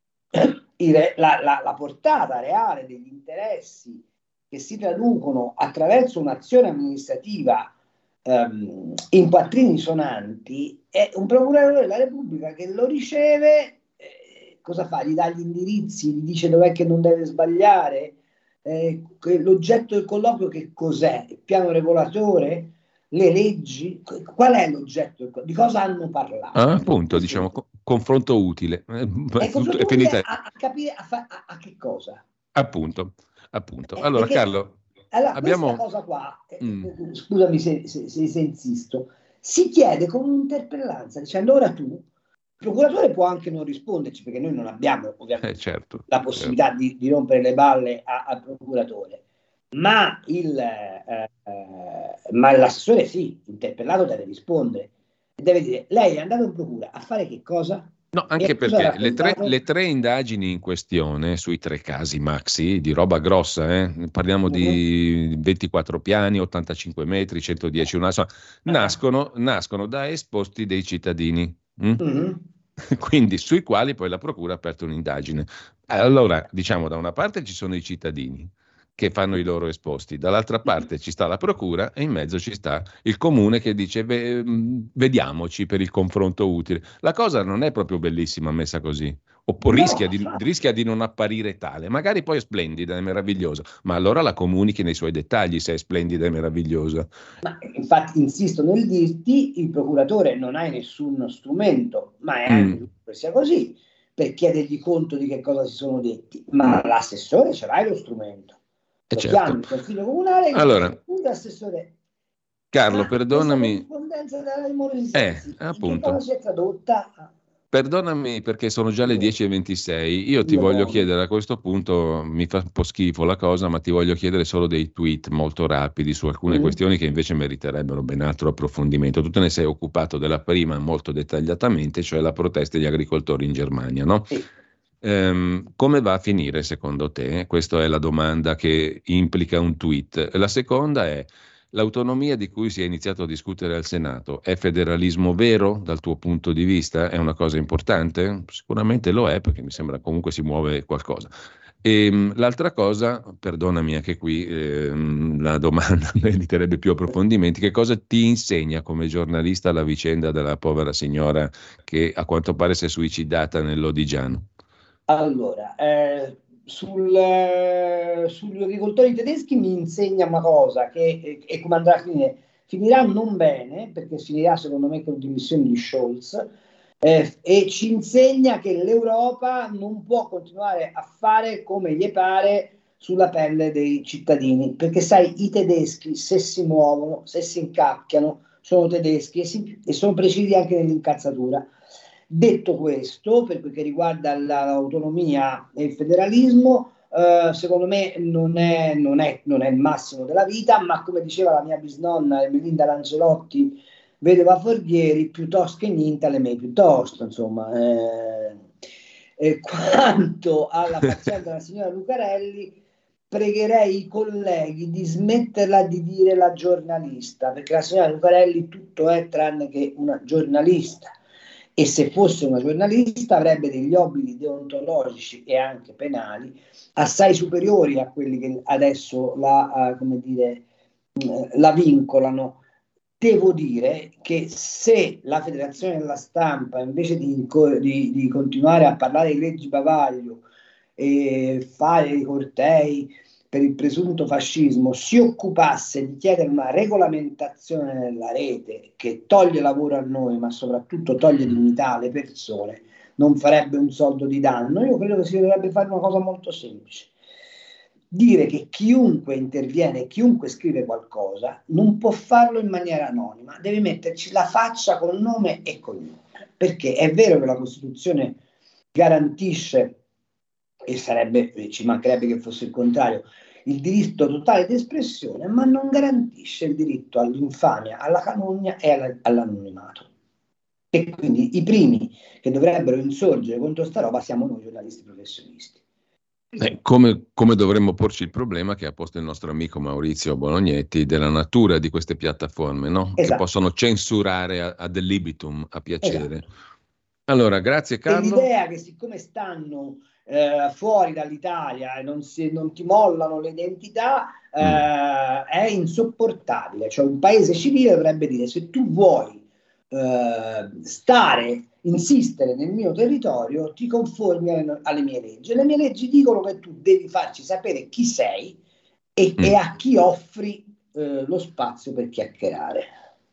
i re, la, la, la portata reale degli interessi che si traducono attraverso un'azione amministrativa um, in quattrini sonanti, è un procuratore della Repubblica che lo riceve, eh, cosa fa? Gli dà gli indirizzi, gli dice dov'è che non deve sbagliare, eh, l'oggetto del colloquio che cos'è? Il piano regolatore? Le leggi? Qual è l'oggetto? Di cosa hanno parlato? Ah, appunto, diciamo, co- confronto utile. Eh, è, confronto è finita. A, a capire a, fa, a, a che cosa? Appunto, appunto. Eh, allora, perché, Carlo, allora, abbiamo... questa cosa qua, eh, mm. scusami se, se, se, se insisto, si chiede con un'interpellanza dicendo ora tu, il procuratore può anche non risponderci, perché noi non abbiamo ovviamente eh, certo, la possibilità certo. di, di rompere le balle a, al procuratore, ma, il, eh, eh, ma l'assessore sì, interpellato deve rispondere, deve dire lei è andato in procura a fare che cosa? No, anche perché le tre, le tre indagini in questione sui tre casi Maxi, di roba grossa, eh? Parliamo di ventiquattro piani, ottantacinque metri, centodieci, una, insomma, nascono, nascono da esposti dei cittadini, hm? mm-hmm. Quindi sui quali poi la procura ha aperto un'indagine. Allora, diciamo, da una parte ci sono i cittadini che fanno i loro esposti, dall'altra parte ci sta la procura e in mezzo ci sta il comune che dice vediamoci per il confronto utile. La cosa non è proprio bellissima messa così, oppure no, rischia, di, rischia di non apparire tale, magari poi è splendida e meravigliosa, ma allora la comunichi nei suoi dettagli se è splendida e meravigliosa. Ma infatti insisto nel dirti, il procuratore non ha nessun strumento, ma è anche mm. che sia così, per chiedergli conto di che cosa si sono detti, ma l'assessore ce l'hai lo strumento. Lo certo. chiami il consiglio comunale e allora, dice, l'assessore Carlo, ah, perdonami. Eh, appunto. Come si è tradotta? Perdonami perché sono già le dieci e ventisei. Io ti no. voglio chiedere a questo punto, mi fa un po' schifo la cosa, ma ti voglio chiedere solo dei tweet molto rapidi su alcune mm. questioni che invece meriterebbero ben altro approfondimento. Tu te ne sei occupato della prima molto dettagliatamente, cioè la protesta degli agricoltori in Germania, no? Sì. Um, come va a finire secondo te? Questa è la domanda che implica un tweet. La seconda è: l'autonomia di cui si è iniziato a discutere al Senato è federalismo vero dal tuo punto di vista? È una cosa importante? Sicuramente lo è, perché mi sembra comunque si muove qualcosa. E l'altra cosa, perdonami anche qui, ehm, la domanda meriterebbe più approfondimenti, che cosa ti insegna come giornalista la vicenda della povera signora che a quanto pare si è suicidata nell'Odigiano? Allora, eh, sul, eh, sugli agricoltori tedeschi mi insegna una cosa, che eh, e come andrà a finire. Finirà non bene, perché finirà secondo me con le dimissioni di Scholz, eh, e ci insegna che l'Europa non può continuare a fare come gli pare sulla pelle dei cittadini, perché sai, i tedeschi se si muovono, se si incacchiano, sono tedeschi e, si, e sono precisi anche nell'incazzatura. Detto questo, per quel che riguarda l'autonomia e il federalismo, eh, secondo me non è, non, è, non è il massimo della vita, ma come diceva la mia bisnonna Melinda Lancelotti, vedova Forghieri, piuttosto che niente alle me, piuttosto, insomma. Eh, eh, quanto alla faccenda della signora Lucarelli, pregherei i colleghi di smetterla di dire la giornalista, perché la signora Lucarelli tutto è tranne che una giornalista. E se fosse una giornalista avrebbe degli obblighi deontologici e anche penali assai superiori a quelli che adesso la, uh, come dire, uh, la vincolano. Devo dire che se la Federazione della Stampa, invece di, di, di continuare a parlare di leggi bavaglio e fare i cortei per il presunto fascismo, si occupasse di chiedere una regolamentazione della rete che toglie lavoro a noi, ma soprattutto toglie dignità alle persone, non farebbe un soldo di danno. Io credo che si dovrebbe fare una cosa molto semplice: dire che chiunque interviene, chiunque scrive qualcosa, non può farlo in maniera anonima, deve metterci la faccia con nome e cognome, perché è vero che la Costituzione garantisce, e sarebbe, ci mancherebbe che fosse il contrario, il diritto totale di espressione, ma non garantisce il diritto all'infamia, alla calunnia e alla, all'anonimato. E quindi i primi che dovrebbero insorgere contro sta roba siamo noi giornalisti professionisti. Eh, come, come dovremmo porci il problema che ha posto il nostro amico Maurizio Bolognetti della natura di queste piattaforme, no? Esatto. Che possono censurare a, ad libitum, a piacere. Esatto. Allora, grazie Carlo. E l'idea che siccome stanno eh, fuori dall'Italia e non, si, non ti mollano le identità eh, mm. è insopportabile. Cioè un paese civile dovrebbe dire: se tu vuoi eh, stare, insistere nel mio territorio, ti conformi alle, alle mie leggi. Le mie leggi dicono che tu devi farci sapere chi sei e, mm. e a chi offri eh, lo spazio per chiacchierare.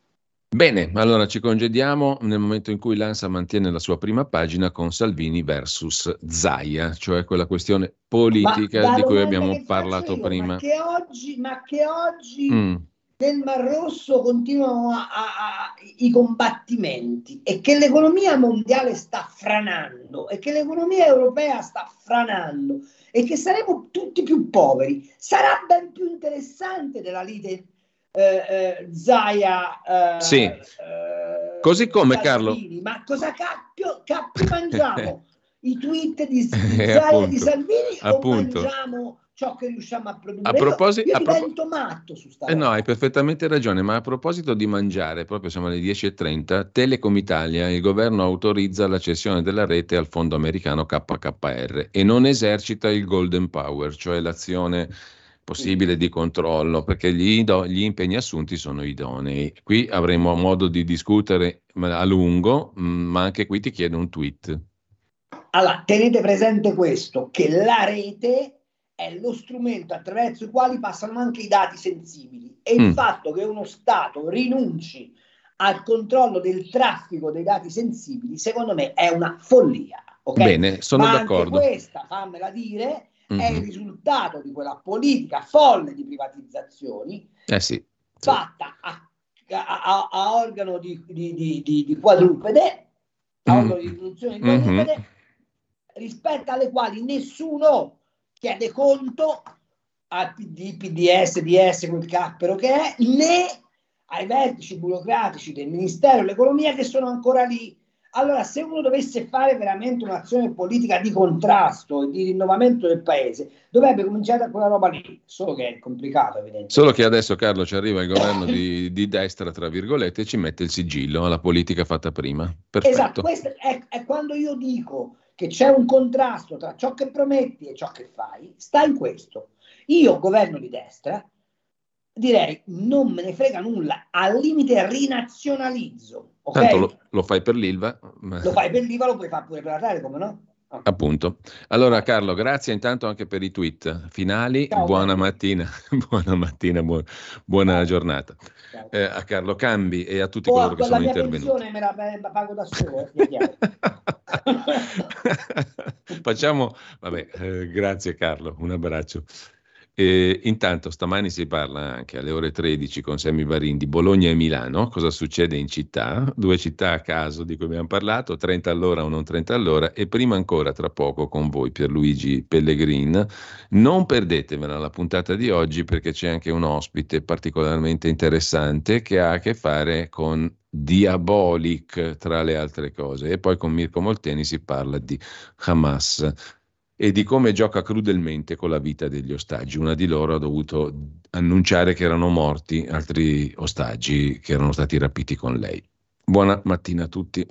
Bene, allora ci congediamo nel momento in cui l'Ansa mantiene la sua prima pagina con Salvini versus Zaia, cioè quella questione politica di cui abbiamo parlato io, prima. Ma che oggi, ma che oggi mm. nel Mar Rosso continuano a, a, a, i combattimenti, e che l'economia mondiale sta franando, e che l'economia europea sta franando, e che saremo tutti più poveri, sarà ben più interessante della lite Eh, eh, Zaia eh, sì. eh, così come Salvini. Carlo, ma cosa cappio, cappio mangiamo? I tweet di, di Zaia appunto, e di Salvini appunto. o mangiamo ciò che riusciamo a produrre? A proposito, io, io a propos- divento matto su sta eh no, hai perfettamente ragione, ma a proposito di mangiare, proprio siamo alle dieci e trenta, Telecom Italia, il governo autorizza la cessione della rete al fondo americano K K R e non esercita il Golden Power, cioè l'azione possibile di controllo, perché gli, gli impegni assunti sono idonei. Qui avremo modo di discutere a lungo, ma anche qui ti chiedo un tweet. Allora, tenete presente questo, che la rete è lo strumento attraverso il quale passano anche i dati sensibili, e il mm. fatto che uno Stato rinunci al controllo del traffico dei dati sensibili, secondo me è una follia. Okay? Bene, sono ma d'accordo. Anche questa, fammela dire, è il risultato di quella politica folle di privatizzazioni eh sì, sì. fatta a, a, a organo di, di, di, di, di quadrupede, a organo di produzione di quadrupede, mm-hmm. rispetto alle quali nessuno chiede conto al P D, P D S, D S, quel cappero che è, né ai vertici burocratici del Ministero dell'Economia che sono ancora lì. Allora, se uno dovesse fare veramente un'azione politica di contrasto e di rinnovamento del paese, dovrebbe cominciare da quella roba lì, solo che è complicato, evidentemente. Solo che adesso, Carlo, ci arriva il governo di, di destra, tra virgolette, e ci mette il sigillo alla politica fatta prima. Perfetto. Esatto, questo è, è quando io dico che c'è un contrasto tra ciò che prometti e ciò che fai, sta in questo. Io, governo di destra, direi non me ne frega nulla, al limite rinazionalizzo. Okay? Tanto lo, lo fai per l'Ilva. Lo fai per l'Ilva, lo puoi fare pure per la Telecom, no? Oh. Appunto. Allora Carlo, grazie intanto anche per i tweet finali. Ciao, buona bene. mattina, buona mattina, buona, buona Ciao. giornata Ciao. Eh, a Carlo Cambi e a tutti oh, coloro che sono intervenuti. La mia pensione me la pago da solo. Facciamo, vabbè, eh, grazie Carlo, un abbraccio. E intanto stamani si parla anche alle ore tredici con Sammy Varin di Bologna e Milano, cosa succede in città, due città a caso di cui abbiamo parlato, trenta all'ora o non trenta all'ora, e prima ancora tra poco con voi Pierluigi Pellegrin. Non perdetevela la puntata di oggi, perché c'è anche un ospite particolarmente interessante che ha a che fare con Diabolic tra le altre cose, e poi con Mirko Molteni si parla di Hamas e di come gioca crudelmente con la vita degli ostaggi. Una di loro ha dovuto annunciare che erano morti altri ostaggi che erano stati rapiti con lei. Buona mattina a tutti.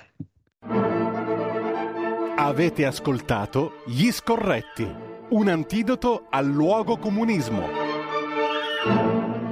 Avete ascoltato Gli Scorretti, un antidoto al luogo comunismo.